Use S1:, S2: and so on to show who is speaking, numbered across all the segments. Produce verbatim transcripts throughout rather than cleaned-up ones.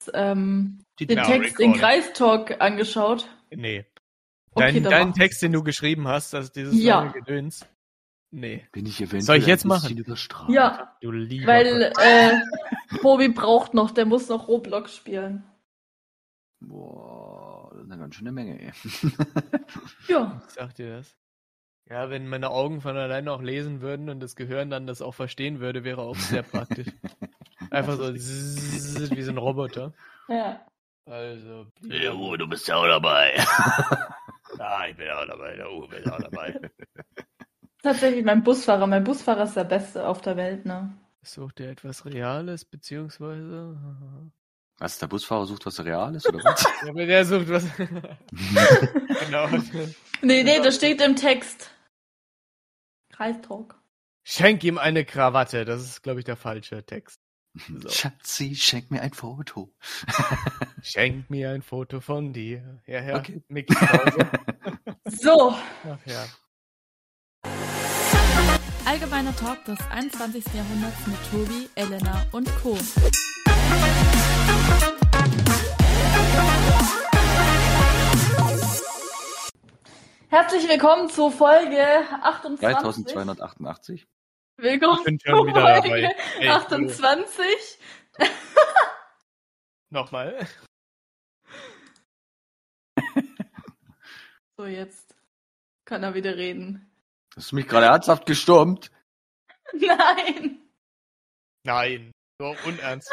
S1: ähm,
S2: Die
S1: den
S2: Now
S1: Text in
S2: recording.
S1: Kreistalk angeschaut?
S2: Nee.
S1: Okay,
S2: Dein,
S1: dann
S2: deinen
S1: mach
S2: Text, den du geschrieben hast, also dieses
S1: Ja.
S2: lange Gedöns. Nee.
S3: Bin ich eventuell
S2: Soll ich jetzt
S3: ein bisschen
S2: machen?
S3: überstrahlt?
S1: Ja,
S2: Du lieber
S1: weil
S2: Gott.
S1: äh, Tobi braucht noch, der muss noch Roblox spielen.
S3: Boah, das ist eine ganz schöne Menge, ey.
S1: Ja.
S2: Ich sag dir das. Ja, wenn meine Augen von alleine auch lesen würden und das Gehirn dann das auch verstehen würde, wäre auch sehr praktisch. Einfach so zzzz, wie so ein Roboter.
S1: Ja.
S2: Also.
S3: Hey, Uwe, du bist ja auch dabei.
S2: Ja, ich bin auch dabei. Der Uwe ist auch dabei.
S1: Tatsächlich mein Busfahrer. Mein Busfahrer ist der Beste auf der Welt, ne?
S2: Sucht ihr etwas Reales, beziehungsweise.
S3: Was, der Busfahrer sucht was Reales, oder was?
S2: Ja, aber der sucht was. Genau.
S1: Nee, nee, das steht im Text. Kreistalk.
S2: Schenk ihm eine Krawatte. Das ist, glaube ich, der falsche Text. So.
S3: Schatzi, schenk mir ein Foto.
S2: Schenk mir ein Foto von dir. Ja, ja.
S3: Okay.
S2: Mickey Pause.
S1: So.
S2: Ach ja.
S4: Allgemeiner Talk des einundzwanzigsten Jahrhunderts mit Tobi, Elena und Co.
S1: Herzlich willkommen zu Folge achtundzwanzig.
S3: dreitausendzweihundertachtundachtzig.
S1: Willkommen
S2: Ich bin
S1: zu
S2: schon wieder
S1: Folge
S2: dabei. Ey,
S1: achtundzwanzig.
S2: Nochmal.
S1: So, jetzt kann er wieder reden.
S3: Hast du mich gerade ernsthaft gestürmt?
S1: Nein.
S2: Nein. So unernst.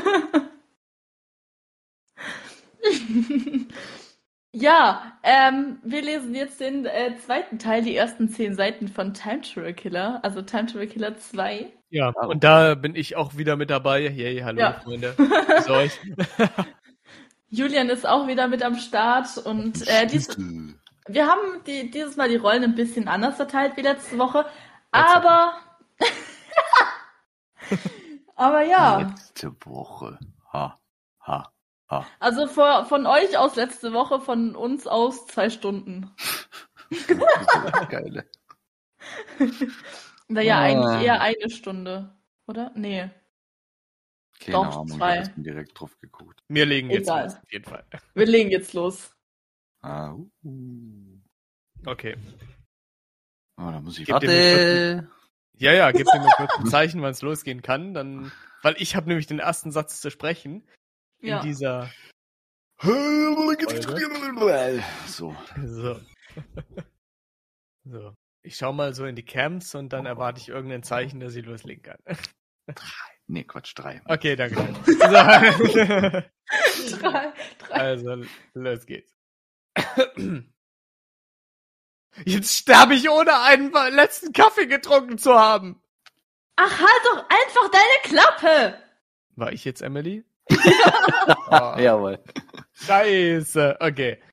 S1: Ja, ähm, wir lesen jetzt den äh, zweiten Teil, die ersten zehn Seiten von Time Travel Killer, also Time Travel Killer zwei.
S2: Ja, und da bin ich auch wieder mit dabei. Yay, hallo,
S1: Ja.
S2: Freunde. Grüß euch.
S1: Julian ist auch wieder mit am Start und äh, dies, wir haben die, dieses Mal die Rollen ein bisschen anders verteilt wie letzte Woche, aber aber ja,
S3: Letzte Woche. Ha, ha, ha.
S1: also vor, von euch aus letzte Woche, von uns aus zwei Stunden.
S3: Geile.
S1: Naja,
S3: Ah.
S1: eigentlich eher eine Stunde, oder? Nee.
S3: Keine
S1: Doch,
S3: Ahnung,
S1: zwei.
S3: ich hab jetzt direkt drauf geguckt.
S2: Wir legen jetzt
S1: Egal.
S2: los, auf jeden Fall.
S1: Wir legen jetzt los.
S3: Ah, uh.
S2: Okay.
S3: Oh, da muss ich
S2: Gib dir
S3: warten.
S2: Ja, ja, gib mir mal kurz ein Zeichen, wann es losgehen kann. Dann, weil ich habe nämlich den ersten Satz zu sprechen in
S1: Ja.
S2: dieser.
S3: So.
S2: So. So. Ich schau mal so in die Camps und dann erwarte ich irgendein Zeichen, dass ich loslegen kann.
S3: Nee, Quatsch, drei.
S2: Okay, danke. So.
S1: Drei, drei.
S2: Also, los geht's. Jetzt sterbe ich, ohne einen letzten Kaffee getrunken zu haben.
S1: Ach, halt doch einfach deine Klappe!
S2: War ich jetzt Emily? Oh,
S3: Jawohl.
S2: Scheiße. Okay.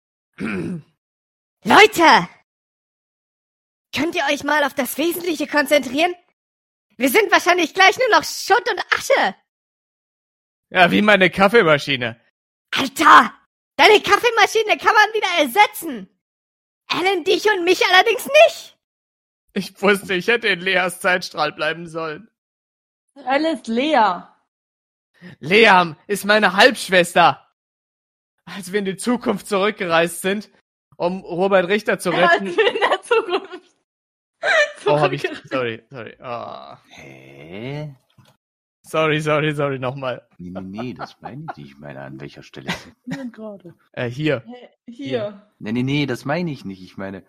S5: Leute! Könnt ihr euch mal auf das Wesentliche konzentrieren? Wir sind wahrscheinlich gleich nur noch Schutt und Asche.
S2: Ja, wie meine Kaffeemaschine.
S5: Alter! Deine Kaffeemaschine kann man wieder ersetzen. Alan, dich und mich allerdings nicht.
S2: Ich wusste, ich hätte in Leas Zeitstrahl bleiben sollen.
S1: Alles Lea.
S2: Leam ist meine Halbschwester. Als wir in die Zukunft zurückgereist sind, um Robert Richter zu
S1: Als
S2: retten.
S1: wir in der Zukunft.
S2: Oh, hab ich.
S1: zurückgereist.
S2: Sorry, sorry. Oh.
S3: Hä?
S2: Sorry, sorry, sorry, nochmal.
S3: Nee, nee, nee, das meine ich nicht. Ich meine, an welcher Stelle sind wir denn gerade?
S2: Äh, hier.
S1: Hä, Hier.
S3: Nee, nee, nee, das meine ich nicht. Ich meine.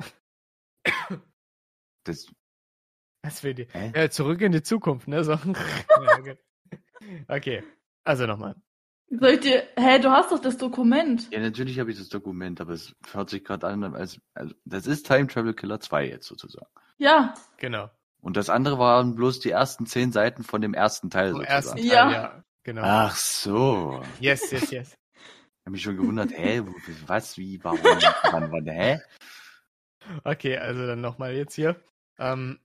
S3: Das.
S2: Was will die?
S3: Hä?
S2: Ja, zurück in die Zukunft, ne? So. Ja, okay. Okay, also nochmal.
S1: Soll ich dir. Hä, du hast doch das Dokument.
S3: Ja, natürlich habe ich das Dokument, aber es hört sich gerade an, als. Also, das ist Time Travel Killer zwei jetzt sozusagen.
S1: Ja.
S2: Genau.
S3: Und das andere waren bloß die ersten zehn Seiten von dem ersten Teil
S2: Vom
S3: sozusagen.
S2: ersten Teil,
S1: Ja.
S2: ja. Genau.
S3: Ach so.
S2: Yes, yes, yes.
S3: Ich habe mich schon gewundert, hä, wo- was, wie, warum, wann, wann, hä?
S2: Okay, also dann nochmal jetzt hier. Ähm.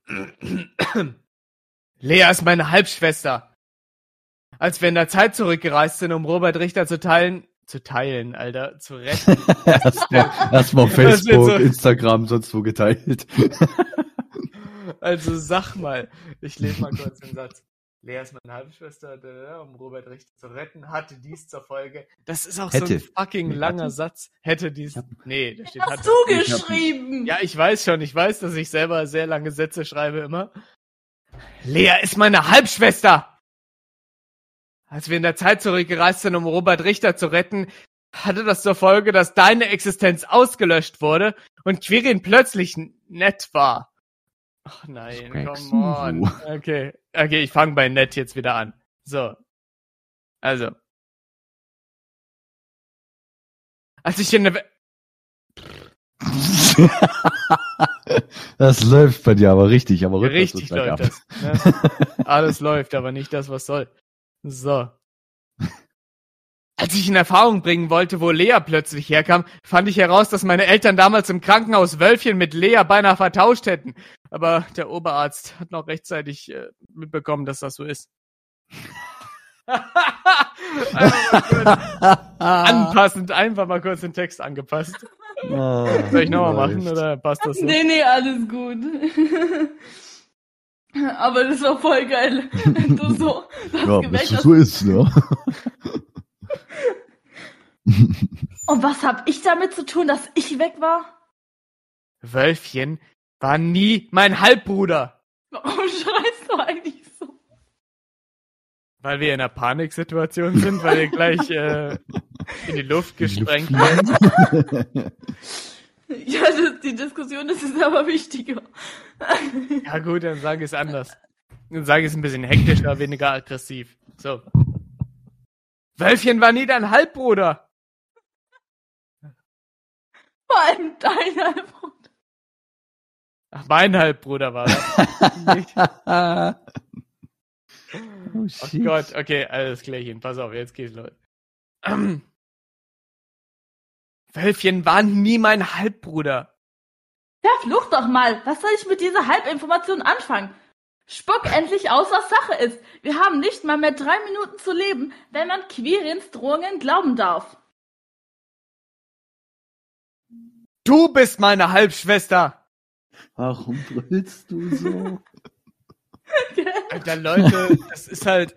S2: Lea ist meine Halbschwester. Als wir in der Zeit zurückgereist sind, um Robert Richter zu teilen, zu teilen, Alter, zu retten.
S3: Erstmal erstmal auf
S2: Das wird
S3: Facebook,
S2: so-
S3: Instagram, sonst wo geteilt.
S2: Also sag mal, ich lese mal kurz den Satz. Lea ist meine Halbschwester, um Robert Richter zu retten, hatte dies zur Folge. Das ist auch
S3: Hätte.
S2: so ein fucking
S3: Nee,
S2: langer
S3: hatte.
S2: Satz. Hätte dies.
S3: hab-
S2: Nee, da steht
S1: Hast
S2: hatte.
S1: du
S3: Ich hab-
S1: geschrieben?
S2: Ja, ich weiß schon. Ich weiß, dass ich selber sehr lange Sätze schreibe immer. Lea ist meine Halbschwester! Als wir in der Zeit zurückgereist sind, um Robert Richter zu retten, hatte das zur Folge, dass deine Existenz ausgelöscht wurde und Quirin plötzlich n- nett war. Ach nein,
S3: Sprechen
S2: come on.
S3: du.
S2: Okay, okay, ich fange bei nett jetzt wieder an. So. Also. Als ich in der... We-
S3: Das läuft bei dir aber richtig, aber rückwärts
S2: Richtig
S3: ist bergab.
S2: läuft das. Ne? Alles läuft, aber nicht das, was soll. So. Als ich in Erfahrung bringen wollte, wo Lea plötzlich herkam, fand ich heraus, dass meine Eltern damals im Krankenhaus Wölfchen mit Lea beinahe vertauscht hätten. Aber der Oberarzt hat noch rechtzeitig äh, mitbekommen, dass das so ist. Einfach mal kurz anpassend, einfach mal kurz den Text angepasst.
S3: Ah,
S2: Soll ich nochmal machen,
S3: läuft.
S2: oder passt das so?
S1: Nee, nee, alles gut. Aber das war voll geil. Wenn du so das
S3: Ja,
S1: Gewächs
S3: was das so ist, ne?
S1: Und was hab ich damit zu tun, dass ich weg war?
S2: Wölfchen war nie mein Halbbruder.
S1: Warum schreist du eigentlich so?
S2: Weil wir in einer Paniksituation sind, weil wir gleich äh, in die Luft gesprengt
S3: Luft
S2: werden.
S1: Ja, das, die Diskussion, das ist aber wichtiger.
S2: Ja gut, dann sage ich es anders. Dann sage ich es ein bisschen hektischer, weniger aggressiv. So. Wölfchen war nie dein Halbbruder.
S1: Vor allem dein Halbbruder.
S2: Ach, mein Halbbruder war das. Nicht.
S3: Oh,
S2: Oh
S3: shit.
S2: Gott, okay, alles klärchen. Pass auf, jetzt geht's los. Ähm. Wölfchen war nie mein Halbbruder.
S1: Verflucht doch mal. Was soll ich mit dieser Halbinformation anfangen? Spuck endlich aus, was Sache ist. Wir haben nicht mal mehr drei Minuten zu leben, wenn man Quirins Drohungen glauben darf.
S2: Du bist meine Halbschwester.
S3: Warum brüllst du so?
S2: Alter, Leute, das ist halt...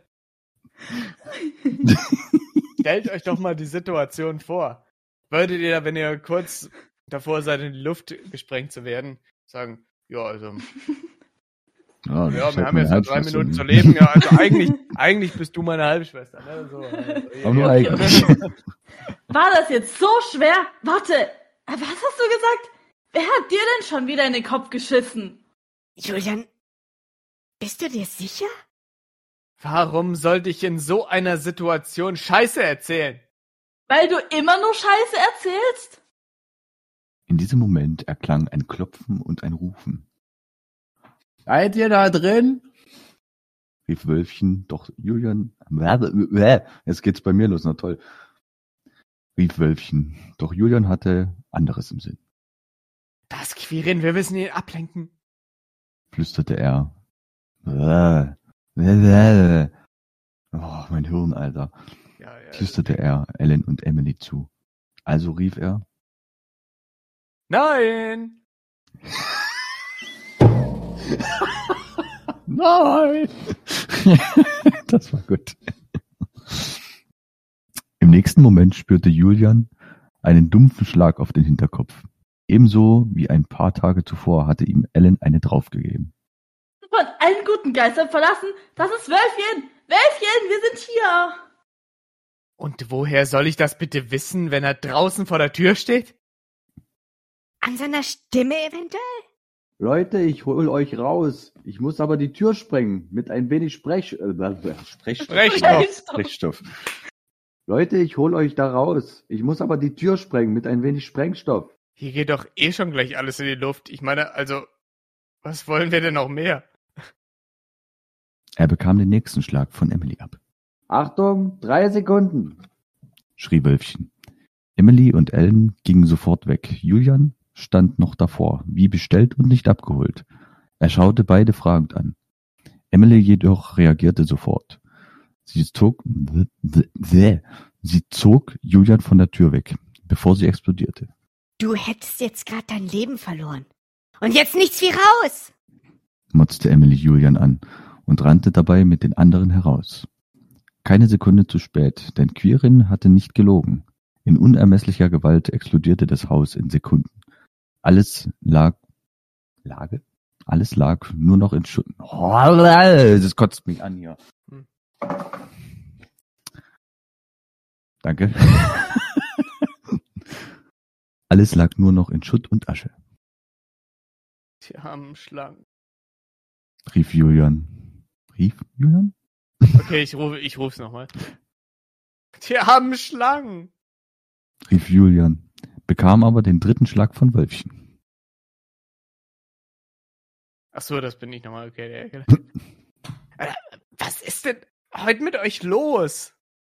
S2: Stellt euch doch mal die Situation vor. Würdet ihr, da, wenn ihr kurz davor seid, in die Luft gesprengt zu werden, sagen, ja, also,
S3: Ja, das
S2: ja,
S3: ist
S2: wir
S3: halt
S2: haben
S3: meine
S2: jetzt noch drei
S3: Halbschwester,
S2: Minuten
S3: ne?
S2: zu leben, ja, also eigentlich, eigentlich bist du meine Halbschwester, ne, so. Also,
S3: Aber nur
S2: ja,
S3: eigentlich.
S1: War das jetzt so schwer? Warte, was hast du gesagt? Wer hat dir denn schon wieder in den Kopf geschissen?
S5: Julian, bist du dir sicher?
S2: Warum sollte ich in so einer Situation Scheiße erzählen?
S1: Weil du immer nur Scheiße erzählst?
S3: In diesem Moment erklang ein Klopfen und ein Rufen. Seid ihr da drin? Rief Wölfchen, doch Julian... Jetzt geht's bei mir los, na toll. Rief Wölfchen, doch Julian hatte anderes im Sinn.
S2: Das Quirin, wir müssen ihn ablenken.
S3: Flüsterte er. Oh, mein Hirn, Alter.
S2: Ja, ja.
S3: Flüsterte er Ellen und Emily zu. Also rief er.
S2: Nein!
S3: Nein! Das war gut. Im nächsten Moment spürte Julian einen dumpfen Schlag auf den Hinterkopf. Ebenso wie ein paar Tage zuvor hatte ihm Ellen eine draufgegeben.
S1: Von allen guten Geistern verlassen, das ist Wölfchen! Wölfchen, wir sind hier!
S2: Und woher soll ich das bitte wissen, wenn er draußen vor der Tür steht?
S5: An seiner Stimme eventuell?
S3: Leute, ich hol euch raus. Ich muss aber die Tür sprengen. Mit ein wenig Sprech... Äh, Sprechstoff.
S2: Sprechstoff.
S3: Sprechstoff. Leute, ich hol euch da raus. Ich muss aber die Tür sprengen mit ein wenig Sprengstoff.
S2: Hier geht doch eh schon gleich alles in die Luft. Ich meine, also, was wollen wir denn noch mehr?
S3: Er bekam den nächsten Schlag von Emily ab. Achtung, drei Sekunden, schrie Wölfchen. Emily und Ellen gingen sofort weg. Julian stand noch davor, wie bestellt und nicht abgeholt. Er schaute beide fragend an. Emily jedoch reagierte sofort. Sie zog, sie zog Julian von der Tür weg, bevor sie explodierte.
S5: Du hättest jetzt gerade dein Leben verloren. Und jetzt nichts wie raus!
S3: Motzte Emily Julian an und rannte dabei mit den anderen heraus. Keine Sekunde zu spät, denn Quirin hatte nicht gelogen. In unermesslicher Gewalt explodierte das Haus in Sekunden. Alles lag... Lage? Alles lag nur noch in Schutt. Oh, das kotzt mich an hier. Hm. Danke. Alles lag nur noch in Schutt und Asche.
S2: Die armen Schlangen.
S3: Rief Julian. Rief Julian?
S2: Okay, ich rufe, ich ruf's nochmal. Die armen Schlangen.
S3: Rief Julian, bekam aber den dritten Schlag von Wölfchen.
S2: Ach so, das bin ich nochmal. Okay, der, Alter, was ist denn heute mit euch los?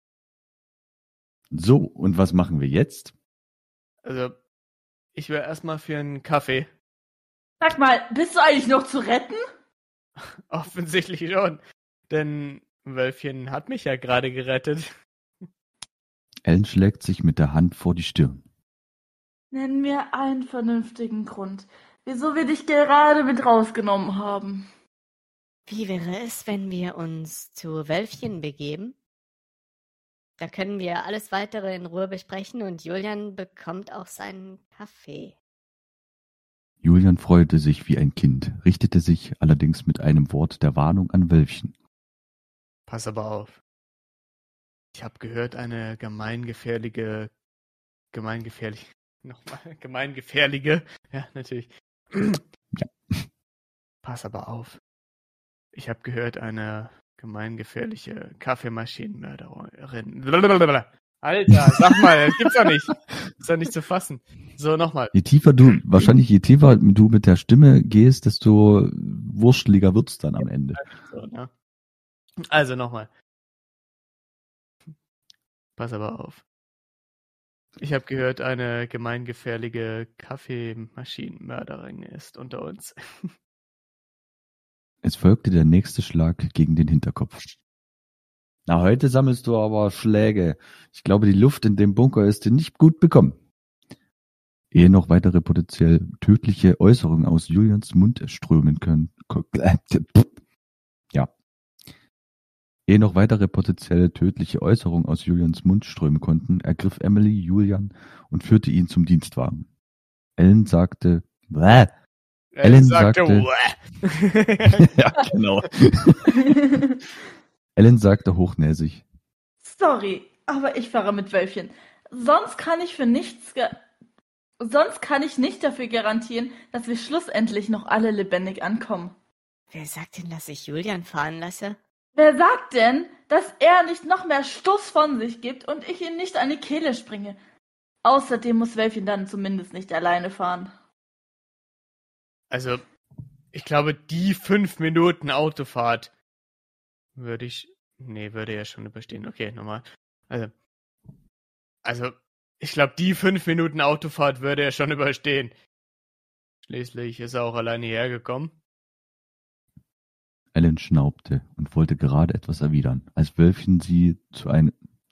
S3: So, und was machen wir jetzt?
S2: Also, ich wäre erstmal für einen Kaffee.
S1: Sag mal, bist du eigentlich noch zu retten?
S2: Offensichtlich schon. Denn Wölfchen hat mich ja gerade gerettet.
S3: Ellen schlägt sich mit der Hand vor die Stirn.
S1: Nenn mir einen vernünftigen Grund, wieso wir dich gerade mit rausgenommen haben.
S5: Wie wäre es, wenn wir uns zu Wölfchen begeben? Da können wir alles Weitere in Ruhe besprechen und Julian bekommt auch seinen Kaffee.
S3: Julian freute sich wie ein Kind, richtete sich allerdings mit einem Wort der Warnung an Wölfchen.
S2: Pass aber auf. Ich habe gehört, eine gemeingefährliche, gemeingefährlich, nochmal, gemeingefährliche, ja, natürlich.
S3: Ja.
S2: Pass aber auf. Ich habe gehört, eine gemeingefährliche Kaffeemaschinenmörderin. Blablabla. Alter, sag mal, das gibt's doch nicht. Ist doch nicht zu fassen. So, nochmal.
S3: Je tiefer du, wahrscheinlich je tiefer du mit der Stimme gehst, desto wursteliger wird's dann am Ende.
S2: So, ja. Also nochmal. Pass aber auf. Ich habe gehört, eine gemeingefährliche Kaffeemaschinenmörderin ist unter uns.
S3: Es folgte der nächste Schlag gegen den Hinterkopf. Na, heute sammelst du aber Schläge. Ich glaube, die Luft in dem Bunker ist dir nicht gut bekommen. Ehe noch weitere potenziell tödliche Äußerungen aus Julians Mund strömen können. Ja. Ehe noch weitere potenziell tödliche Äußerungen aus Julians Mund strömen konnten, ergriff Emily Julian und führte ihn zum Dienstwagen. Ellen sagte, Bäh. Ellen sagte, sagte ja, genau. Ellen sagte hochnäsig.
S1: Sorry, aber ich fahre mit Wölfchen. Sonst kann ich für nichts ge- Sonst kann ich nicht dafür garantieren, dass wir schlussendlich noch alle lebendig ankommen.
S5: Wer sagt denn, dass ich Julian fahren lasse?
S1: Wer sagt denn, dass er nicht noch mehr Stoß von sich gibt und ich ihn nicht an die Kehle springe? Außerdem muss Wölfchen dann zumindest nicht alleine fahren.
S2: Also, ich glaube, die fünf Minuten Autofahrt würde ich, nee, würde ja schon überstehen. Okay, nochmal. Also, also, ich glaube, die fünf Minuten Autofahrt würde er schon überstehen. Schließlich ist er auch alleine hergekommen.
S3: Ellen schnaubte und wollte gerade etwas erwidern, als Wölfchen sie zu einem...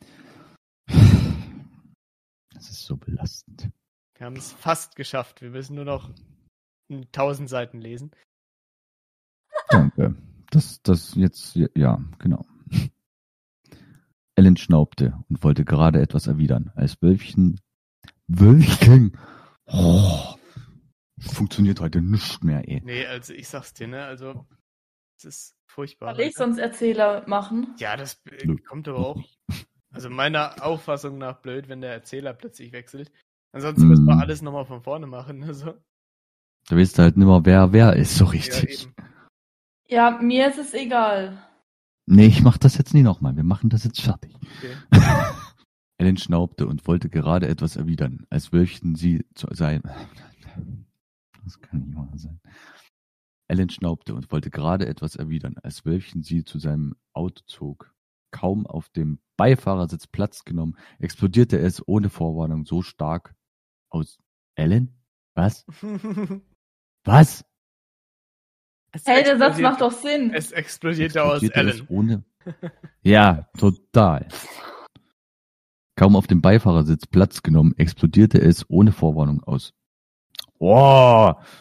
S3: Das ist so belastend.
S2: Wir haben es fast geschafft. Wir müssen nur noch tausend Seiten lesen.
S3: Danke. Das, das jetzt, ja, genau. Ellen schnaubte und wollte gerade etwas erwidern, als Wölfchen... Wölfchen! Oh, funktioniert heute nicht mehr, ey.
S2: Nee, also ich sag's dir, ne, also es ist furchtbar.
S1: Soll ich sonst Erzähler machen?
S2: Ja, das äh,
S3: Nö.
S2: kommt aber auch, also meiner Auffassung nach blöd, wenn der Erzähler plötzlich wechselt. Ansonsten müssen wir
S3: Mm.
S2: alles nochmal von vorne machen, also.
S3: Da weißt du halt nicht mehr, wer wer ist, so
S2: Ja,
S3: richtig.
S2: eben.
S1: Ja, mir ist es egal.
S3: Nee, ich mach das jetzt nie nochmal. Wir machen das jetzt fertig.
S2: Okay.
S3: Ellen schnaubte und wollte gerade etwas erwidern, als Wölfchen sie zu sein. Das kann nicht wahr sein. Ellen schnaubte und wollte gerade etwas erwidern, als Wölfchen sie zu seinem Auto zog. Kaum auf dem Beifahrersitz Platz genommen, explodierte es ohne Vorwarnung so stark aus. Ellen? Was? Was?
S2: Es
S1: Hey, der Satz
S2: explodiert-
S1: macht doch Sinn.
S2: Es explodierte aus
S3: Explodierte es
S2: Ellen.
S3: ohne. Ja, total. Kaum auf dem Beifahrersitz Platz genommen, explodierte es ohne Vorwarnung aus. Oh!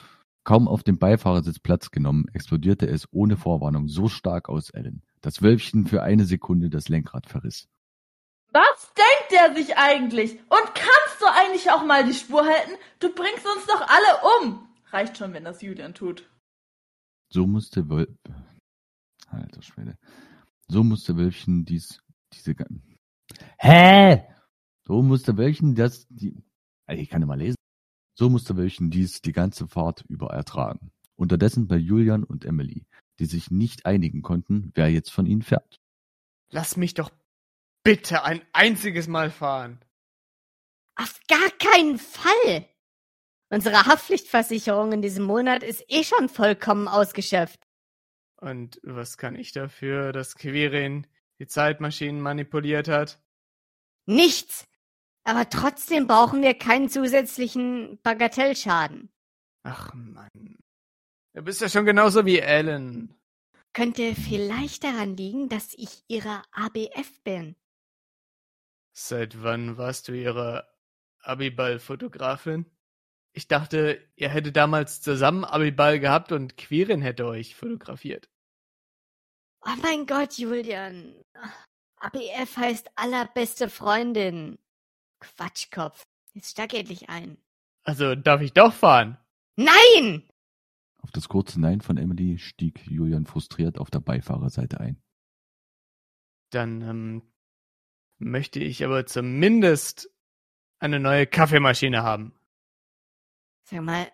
S3: Kaum auf dem Beifahrersitz Platz genommen, explodierte es ohne Vorwarnung so stark aus Ellen, dass Wölfchen für eine Sekunde das Lenkrad verriss.
S1: Was denkt der sich eigentlich? Und kannst du eigentlich auch mal die Spur halten? Du bringst uns doch alle um. Reicht schon, wenn das Julian tut.
S3: So musste Wölf... Alter Schwede. So musste Wölfchen dies... diese... Hä? So musste Wölfchen das... die... Ich kann ja mal lesen. So musste Wölfchen dies die ganze Fahrt über ertragen. Unterdessen bei Julian und Emily, die sich nicht einigen konnten, wer jetzt von ihnen fährt.
S2: Lass mich doch bitte ein einziges Mal fahren.
S5: Auf gar keinen Fall! Unsere Haftpflichtversicherung in diesem Monat ist eh schon vollkommen ausgeschöpft.
S2: Und was kann ich dafür, dass Quirin die Zeitmaschinen manipuliert hat?
S5: Nichts! Aber trotzdem brauchen wir keinen zusätzlichen Bagatellschaden.
S2: Ach Mann. Du bist ja schon genauso wie Ellen.
S5: Könnte vielleicht daran liegen, dass ich ihre A B F bin.
S2: Seit wann warst du ihre Abiball-Fotografin? Ich dachte, ihr hättet damals zusammen Abiball gehabt und Quirin hätte euch fotografiert.
S5: Oh mein Gott, Julian. A B F heißt allerbeste Freundin. Quatschkopf. Jetzt steig endlich ein.
S2: Also darf ich doch fahren?
S5: Nein!
S3: Auf das kurze Nein von Emily stieg Julian frustriert auf der Beifahrerseite ein.
S2: Dann ähm, möchte ich aber zumindest eine neue Kaffeemaschine haben.
S5: Sag mal,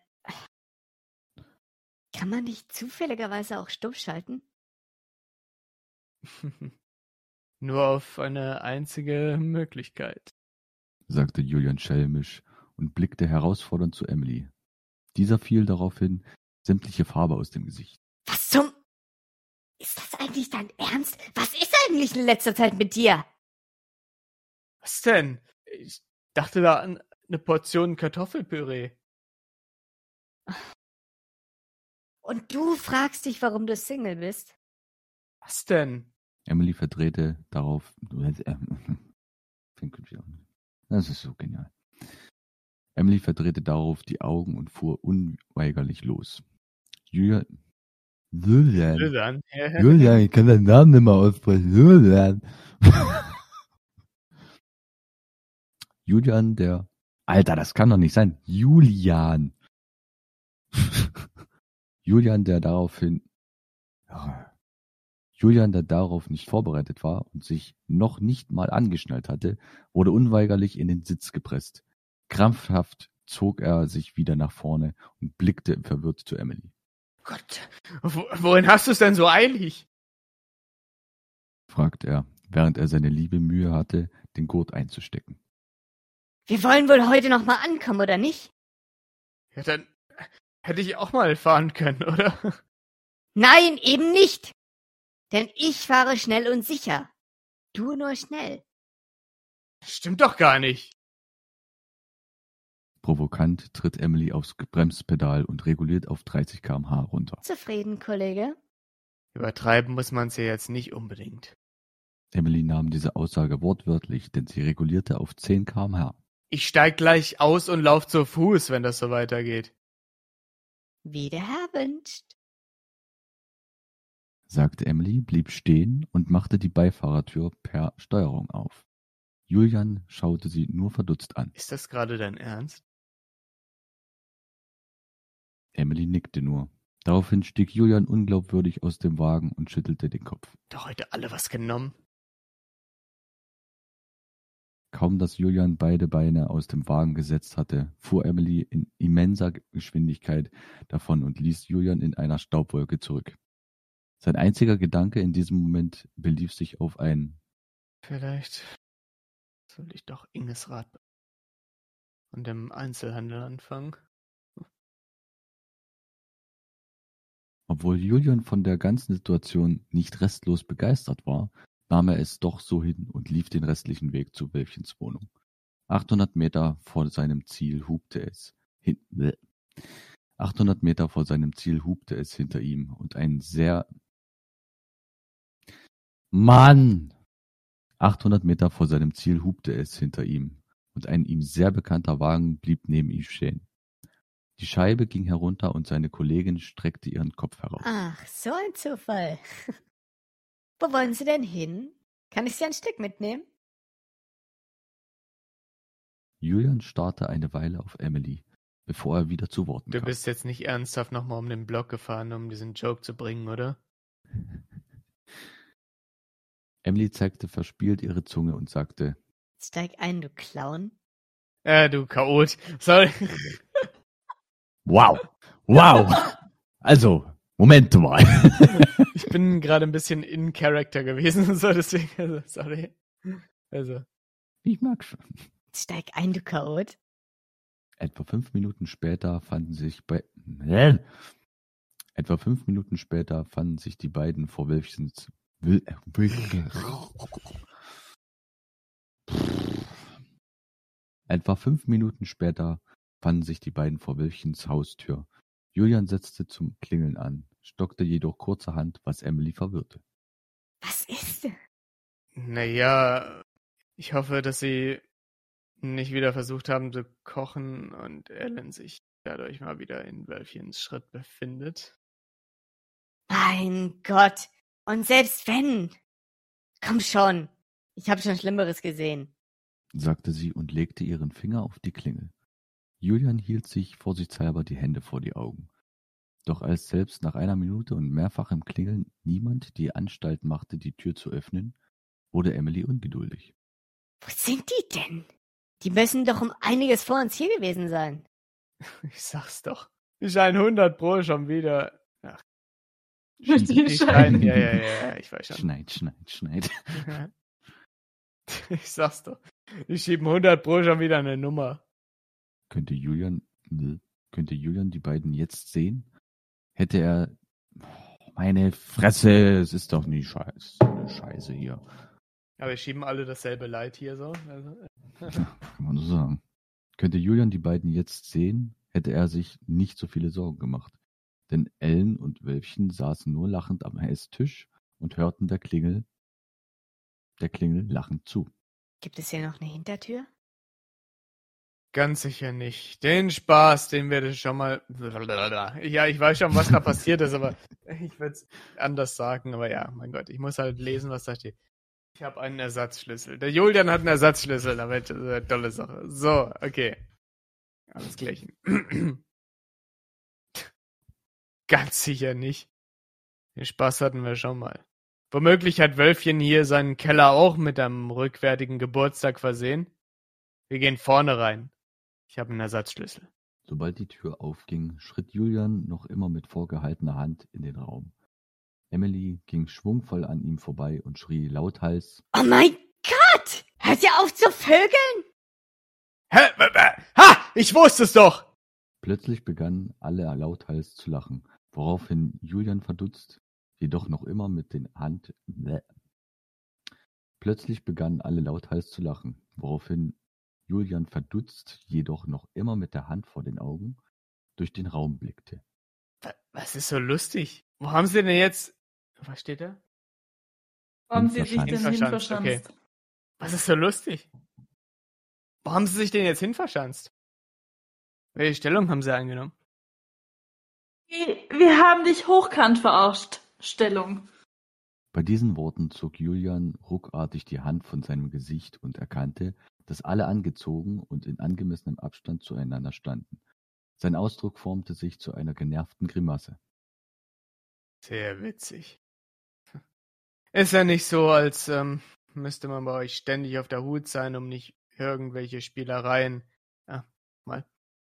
S5: kann man nicht zufälligerweise auch stumm schalten?
S2: Nur auf eine einzige Möglichkeit,
S3: sagte Julian schelmisch und blickte herausfordernd zu Emily. Dieser fiel daraufhin sämtliche Farbe aus dem Gesicht.
S5: Was zum... Ist das eigentlich dein Ernst? Was ist eigentlich in letzter Zeit mit dir?
S2: Was denn? Ich dachte da an eine Portion Kartoffelpüree.
S5: Und du fragst dich, warum du Single bist?
S2: Was denn?
S3: Emily verdrehte darauf... Das ist so genial. Emily verdrehte darauf die Augen und fuhr unweigerlich los. Julian... Julian...
S2: Julian,
S3: Julian, ich kann deinen Namen nicht mehr aussprechen. Julian... Julian, der... Alter, das kann doch nicht sein. Julian. Julian, der daraufhin... Julian, der darauf nicht vorbereitet war und sich noch nicht mal angeschnallt hatte, wurde unweigerlich in den Sitz gepresst. Krampfhaft zog er sich wieder nach vorne und blickte verwirrt zu Emily.
S2: Gott, wo, wohin hast du es denn so eilig?
S3: Fragte er, während er seine liebe Mühe hatte, den Gurt einzustecken.
S5: Wir wollen wohl heute noch mal ankommen, oder nicht?
S2: Ja, dann hätte ich auch mal fahren können, oder?
S5: Nein, eben nicht! Denn ich fahre schnell und sicher. Du nur schnell.
S2: Stimmt doch gar nicht.
S3: Provokant tritt Emily aufs Bremspedal und reguliert auf dreißig Kilometer pro Stunde runter.
S5: Zufrieden, Kollege?
S2: Übertreiben muss man es ja jetzt nicht unbedingt.
S3: Emily nahm diese Aussage wortwörtlich, denn sie regulierte auf zehn Kilometer pro Stunde.
S2: Ich steig gleich aus und lauf zu Fuß, wenn das so weitergeht.
S5: Wie der Herr wünscht,
S3: sagte Emily, blieb stehen und machte die Beifahrertür per Steuerung auf. Julian schaute sie nur verdutzt an.
S2: Ist das gerade dein Ernst?
S3: Emily nickte nur. Daraufhin stieg Julian unglaubwürdig aus dem Wagen und schüttelte den Kopf.
S2: Doch heute alle was genommen.
S3: Kaum dass Julian beide Beine aus dem Wagen gesetzt hatte, fuhr Emily in immenser Geschwindigkeit davon und ließ Julian in einer Staubwolke zurück. Sein einziger Gedanke in diesem Moment belief sich auf ein
S2: Vielleicht soll ich doch Inges Rat und im Einzelhandel anfangen.
S3: Obwohl Julian von der ganzen Situation nicht restlos begeistert war, nahm er es doch so hin und lief den restlichen Weg zu Wölfchens Wohnung. achthundert Meter vor seinem Ziel hupte es. Hin- Bleh. achthundert Meter vor seinem Ziel hupte es hinter ihm und ein sehr... Mann! achthundert Meter vor seinem Ziel hupte es hinter ihm und ein ihm sehr bekannter Wagen blieb neben ihm stehen. Die Scheibe ging herunter und seine Kollegin streckte ihren Kopf heraus.
S5: Ach, so ein Zufall. Wo wollen Sie denn hin? Kann ich Sie ein Stück mitnehmen?
S3: Julian starrte eine Weile auf Emily, bevor er wieder zu Worten
S2: Du
S3: kam.
S2: bist jetzt nicht ernsthaft nochmal um den Block gefahren, um diesen Joke zu bringen, oder?
S3: Emily zeigte verspielt ihre Zunge und sagte,
S5: Steig ein, du Clown.
S2: Äh, du Chaot. Sorry.
S3: wow, wow. Also, Moment mal.
S2: Ich bin gerade ein bisschen in Character gewesen, so deswegen, also, sorry. Also.
S3: Ich mag schon.
S5: Steig ein, du Chaot.
S3: Etwa fünf Minuten später fanden sich bei äh, etwa fünf Minuten später fanden sich die beiden vor Wölfchens Will, Will, etwa fünf Minuten später fanden sich die beiden vor Wölfchens Haustür. Julian setzte zum Klingeln an, stockte jedoch kurzerhand, was Emily verwirrte.
S5: Was ist denn?
S2: Naja, ich hoffe, dass sie nicht wieder versucht haben zu kochen und Ellen sich dadurch mal wieder in Wölfchens Schritt befindet.
S5: Mein Gott. Und selbst wenn. Komm schon. Ich habe schon Schlimmeres gesehen.
S3: Sagte sie und legte ihren Finger auf die Klingel. Julian hielt sich vorsichtshalber die Hände vor die Augen. Doch als selbst nach einer Minute und mehrfachem Klingeln niemand die Anstalt machte, die Tür zu öffnen, wurde Emily ungeduldig.
S5: Wo sind die denn? Die müssen doch um einiges vor uns hier gewesen sein.
S2: Ich sag's doch. Die scheinen hundert Pro schon wieder. Ach.
S1: Die
S2: Die scheinen, ja, ja, ja, ich weiß schon.
S3: Schneid, schneid, schneid.
S2: Ich sag's doch. Die schieben hundert Pro schon wieder eine Nummer.
S3: Könnte Julian, könnte Julian die beiden jetzt sehen? Hätte er, meine Fresse, es ist doch nie Scheiße, eine Scheiße hier.
S2: Aber wir schieben alle dasselbe Leid hier so. Also.
S3: Kann man so sagen. Könnte Julian die beiden jetzt sehen, hätte er sich nicht so viele Sorgen gemacht. Denn Ellen und Wölfchen saßen nur lachend am Esstisch und hörten der Klingel, der Klingel lachend zu.
S5: Gibt es hier noch eine Hintertür?
S2: Ganz sicher nicht. Den Spaß, den werde ich schon mal. Ja, ich weiß schon, was da passiert ist, aber ich würde es anders sagen. Aber ja, mein Gott, ich muss halt lesen, was da steht. Ich habe einen Ersatzschlüssel. Der Julian hat einen Ersatzschlüssel, damit das ist eine tolle Sache. So, okay. Alles gleich. Ganz sicher nicht. Den Spaß hatten wir schon mal. Womöglich hat Wölfchen hier seinen Keller auch mit einem rückwärtigen Geburtstag versehen. Wir gehen vorne rein. Ich habe einen Ersatzschlüssel.
S3: Sobald die Tür aufging, schritt Julian noch immer mit vorgehaltener Hand in den Raum. Emily ging schwungvoll an ihm vorbei und schrie lauthals:
S5: Oh mein Gott! Hört ihr auf zu vögeln?
S2: Hä? Ha! Ich wusste es doch!
S3: Plötzlich begannen alle lauthals zu lachen, woraufhin Julian verdutzt, jedoch noch immer mit den Hand... Bäh. Plötzlich begannen alle lauthals zu lachen, woraufhin Julian verdutzt, jedoch noch immer mit der Hand vor den Augen, durch den Raum blickte.
S2: Was ist so lustig? Wo haben sie denn jetzt... Was steht da?
S1: Wo haben sie sich denn
S2: Hinverschanzt,
S1: hinverschanzt?
S2: okay. Was ist so lustig? Wo haben sie sich denn jetzt hinverschanzt? Welche Stellung haben sie eingenommen?
S1: Wir haben dich hochkant verarscht. Stellung.
S3: Bei diesen Worten zog Julian ruckartig die Hand von seinem Gesicht und erkannte, dass alle angezogen und in angemessenem Abstand zueinander standen. Sein Ausdruck formte sich zu einer genervten Grimasse.
S2: Sehr witzig. Ist ja nicht so, als ähm, müsste man bei euch ständig auf der Hut sein, um nicht irgendwelche Spielereien... Ah, mal.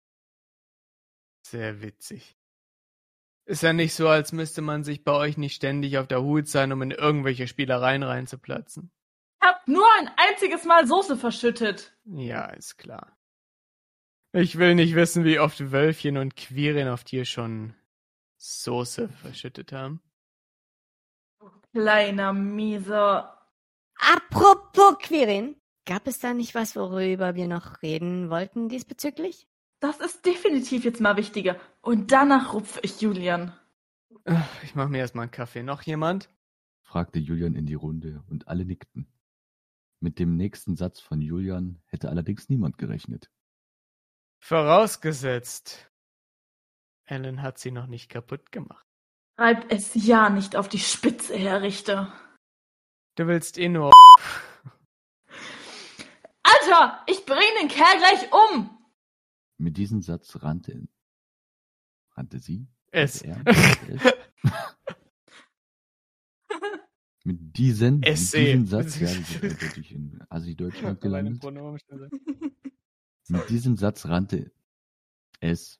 S2: Sehr witzig. Ist ja nicht so, als müsste man sich bei euch nicht ständig auf der Hut sein, um in irgendwelche Spielereien reinzuplatzen.
S1: Ich hab nur ein einziges Mal Soße verschüttet.
S2: Ja, ist klar. Ich will nicht wissen, wie oft Wölfchen und Quirin auf dir schon Soße verschüttet haben.
S1: Kleiner Mieser.
S5: Apropos Quirin, gab es da nicht was, worüber wir noch reden wollten diesbezüglich?
S1: Das ist definitiv jetzt mal wichtiger. Und danach rupfe ich Julian.
S2: Ich mach mir erstmal einen Kaffee. Noch jemand?
S3: Fragte Julian in die Runde und alle nickten. Mit dem nächsten Satz von Julian hätte allerdings niemand gerechnet.
S2: Vorausgesetzt, Ellen hat sie noch nicht kaputt gemacht.
S1: Treib es ja nicht auf die Spitze, Herr Richter.
S2: Du willst eh nur...
S1: Alter, ich bring den Kerl gleich um!
S3: Mit diesem Satz rannte, rannte sie.
S2: Es.
S3: Er, es. Mit diesem, mit diesem Satz werden sie eindeutig in Assi-Deutschland gelandet. Mit diesem Satz rannte es.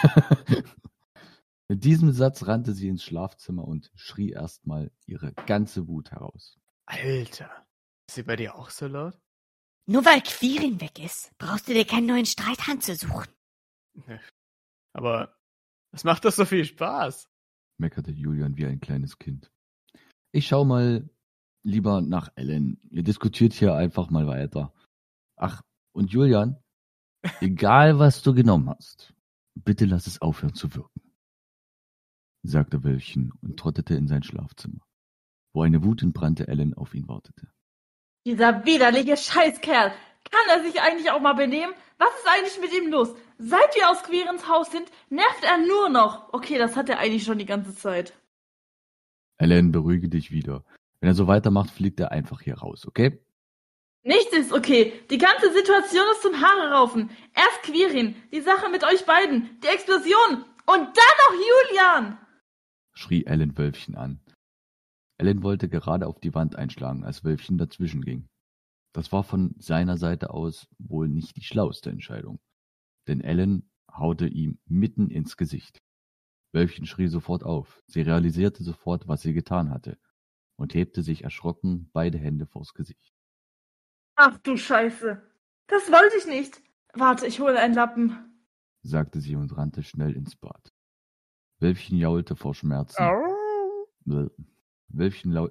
S3: Mit diesem Satz rannte sie ins Schlafzimmer und schrie erstmal ihre ganze Wut heraus.
S2: Alter, ist sie bei dir auch so laut?
S5: Nur weil Quirin weg ist, brauchst du dir keinen neuen Streithand zu suchen.
S2: Aber es macht doch so viel Spaß,
S3: meckerte Julian wie ein kleines Kind. Ich schau mal lieber nach Ellen. Ihr diskutiert hier einfach mal weiter. Ach, und Julian, egal was du genommen hast, bitte lass es aufhören zu wirken, sagte Wölfchen und trottete in sein Schlafzimmer, wo eine wutentbrannte Ellen auf ihn wartete.
S1: Dieser widerliche Scheißkerl! Kann er sich eigentlich auch mal benehmen? Was ist eigentlich mit ihm los? Seit wir aus Quirins Haus sind, nervt er nur noch. Okay, das hat er eigentlich schon die ganze Zeit.
S3: Ellen, beruhige dich wieder. Wenn er so weitermacht, fliegt er einfach hier raus, okay?
S1: Nichts ist okay. Die ganze Situation ist zum Haare raufen. Erst Quirin, die Sache mit euch beiden, die Explosion und dann noch Julian!
S3: Schrie Ellen Wölfchen an. Ellen wollte gerade auf die Wand einschlagen, als Wölfchen dazwischen ging. Das war von seiner Seite aus wohl nicht die schlauste Entscheidung, denn Ellen haute ihm mitten ins Gesicht. Wölfchen schrie sofort auf. Sie realisierte sofort, was sie getan hatte, und hebte sich erschrocken beide Hände vors Gesicht.
S1: Ach du Scheiße, das wollte ich nicht. Warte, ich hole einen Lappen,
S3: sagte sie und rannte schnell ins Bad. Wölfchen jaulte vor Schmerzen.
S2: Oh.
S3: Wölfchen laut.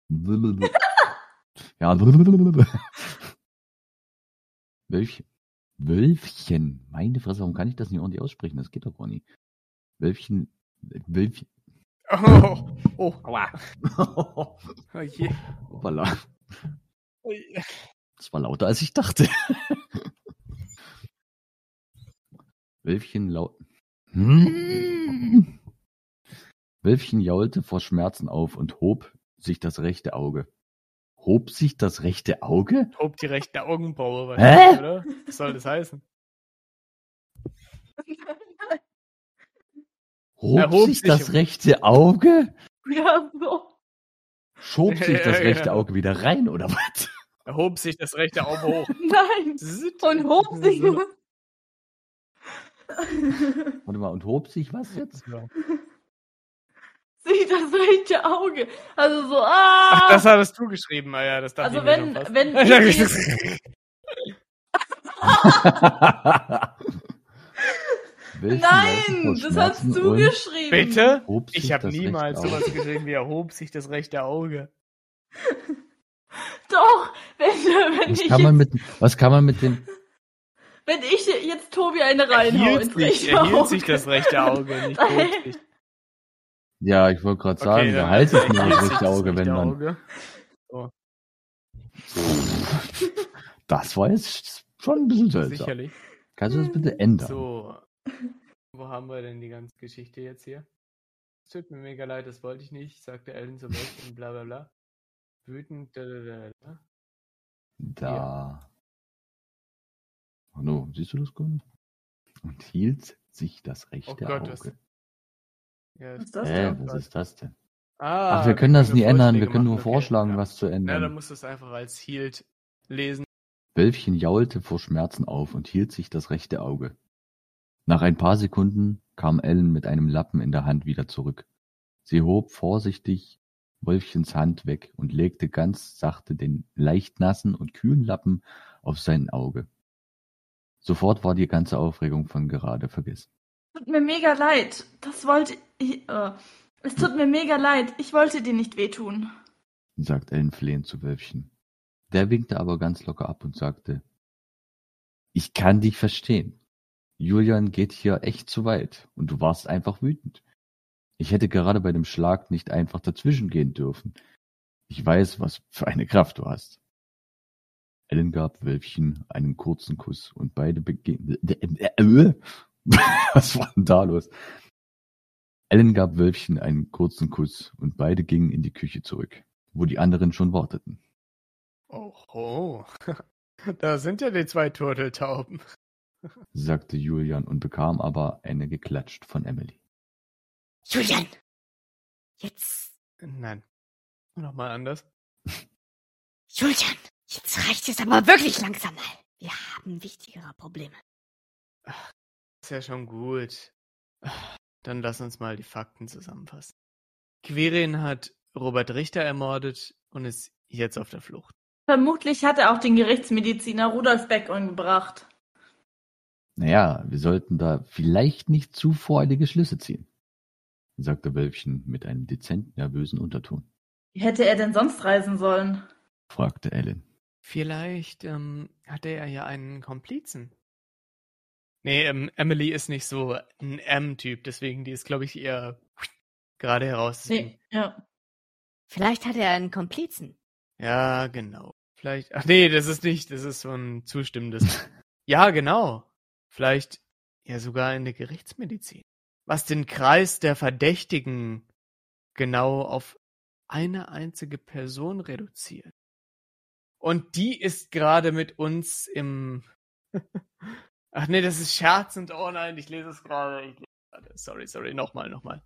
S3: Ja. Wölfchen. Wölfchen. Meine Fresse, warum kann ich das nicht ordentlich aussprechen? Das geht doch gar nicht. Wölfchen. Wölfchen.
S2: Oh, oh, aua. Oh je.
S3: Hoppala. Das war lauter, als ich dachte. Wölfchen laut. Wölfchen jaulte vor Schmerzen auf und hob sich das rechte Auge. Hob sich das rechte Auge?
S2: Hob die rechte Augenbraue.
S3: Hä?
S2: Oder? Was soll das heißen?
S3: Hob,
S2: Er hob
S3: sich
S2: sich
S3: das
S2: um-
S3: rechte Auge?
S1: Ja, so.
S3: Schob sich das
S2: Ja,
S3: rechte
S2: genau.
S3: Auge wieder rein, oder was?
S2: Er hob sich das rechte Auge hoch.
S1: Nein. Und hob sich.
S2: So.
S3: Warte mal, und hob sich was jetzt?
S1: Sieh das rechte Auge. Also so, ah.
S2: Ach, das hattest du geschrieben. Ah, ja, das dachte
S1: Also
S2: ich mir
S1: wenn,
S2: schon fast.
S1: wenn ich jetzt,
S3: Wölfchen
S1: nein,
S3: jaulte vor
S1: das hast
S3: Schmerzen
S1: du
S3: und
S1: geschrieben.
S2: Bitte?
S3: hob sich
S2: Ich habe
S3: das
S2: niemals
S3: rechte
S2: sowas
S3: Auge.
S2: geschrieben wie er hob sich das rechte Auge.
S1: Doch, wenn, wenn
S3: Was
S1: ich
S3: kann man
S1: jetzt,
S3: mit, was kann man mit dem,
S1: wenn ich jetzt Tobi eine
S2: Er
S1: reinhau
S2: hielt,
S1: ins
S2: sich,
S1: rechte
S2: er hielt
S1: Auge.
S2: sich das rechte Auge, nicht
S1: Nein.
S2: hob sich.
S3: ja, ich wollte gerade sagen,
S2: Okay,
S3: da
S2: dann
S3: heißt es
S2: er
S3: nur
S2: hielt
S3: das
S2: sich
S3: rechte Auge, wenn
S2: rechte
S3: man,
S2: Auge.
S3: das war jetzt schon ein bisschen seltsam.
S2: Sicherlich.
S3: Kannst du das bitte ändern?
S2: So. Wo haben wir denn die ganze Geschichte jetzt hier? Es tut mir mega leid, das wollte ich nicht, sagte Ellen zum Beispiel, bla bla bla. Wütend, da, da, da, da.
S3: Da. Oh no, siehst du das gerade? Und hielt sich das rechte
S2: Oh Gott, was-
S3: Auge.
S2: Ja,
S1: Was ist das
S3: Hä,
S1: denn?
S3: was ist das denn?
S2: Ah,
S3: Ach, wir können das
S2: nur
S3: nie ändern, wir
S2: Vorschläge
S3: können nur
S2: machen, okay.
S3: vorschlagen,
S2: Ja.
S3: was zu
S2: Na, dann
S3: ändern.
S2: musst du es einfach als hielt lesen.
S3: Wölfchen jaulte vor Schmerzen auf und hielt sich das rechte Auge. Nach ein paar Sekunden kam Ellen mit einem Lappen in der Hand wieder zurück. Sie hob vorsichtig Wölfchens Hand weg und legte ganz sachte den leicht nassen und kühlen Lappen auf sein Auge. Sofort war die ganze Aufregung von gerade vergessen.
S1: Tut mir mega leid. Das wollte ich. Äh, es tut mir mega leid. Ich wollte dir nicht wehtun.
S3: sagt Ellen flehend zu Wölfchen. Der winkte aber ganz locker ab und sagte, ich kann dich verstehen. Julian geht hier echt zu weit und du warst einfach wütend. Ich hätte gerade bei dem Schlag nicht einfach dazwischen gehen dürfen. Ich weiß, was für eine Kraft du hast. Ellen gab Wölfchen einen kurzen Kuss und beide begingen... Was war denn da los? Ellen gab Wölfchen einen kurzen Kuss und beide gingen in die Küche zurück, wo die anderen schon warteten.
S2: Oho, da sind ja die zwei Turteltauben,
S3: sagte Julian und bekam aber eine geklatscht von Emily.
S5: Julian! Jetzt...
S2: Nein, nochmal anders.
S5: Julian, jetzt reicht es aber wirklich langsam mal. Wir haben wichtigere Probleme.
S2: Ach, ist ja schon gut. Dann lass uns mal die Fakten zusammenfassen. Quirin hat Robert Richter ermordet und ist jetzt auf der Flucht.
S1: Vermutlich hat er auch den Gerichtsmediziner Rudolf Beck umgebracht.
S3: Naja, wir sollten da vielleicht nicht zu voreilige Schlüsse ziehen, sagte Wölfchen mit einem dezent nervösen Unterton.
S1: Wie hätte er denn sonst reisen sollen?
S3: Fragte Ellen.
S2: Vielleicht ähm, hatte er ja einen Komplizen. Nee, ähm, Emily ist nicht so ein M-Typ, deswegen die ist, glaube ich, eher gerade heraus.
S1: Nee, ja.
S5: Vielleicht hat er einen Komplizen.
S2: Ja, genau. Vielleicht. Ach nee, das ist nicht, das ist so ein zustimmendes. Ja, genau. Vielleicht ja sogar in der Gerichtsmedizin. Was den Kreis der Verdächtigen genau auf eine einzige Person reduziert. Und die ist gerade mit uns im... Ach nee, das ist scherzend. Oh nein, ich lese es gerade. Ich lese gerade. Sorry, sorry. Nochmal, nochmal.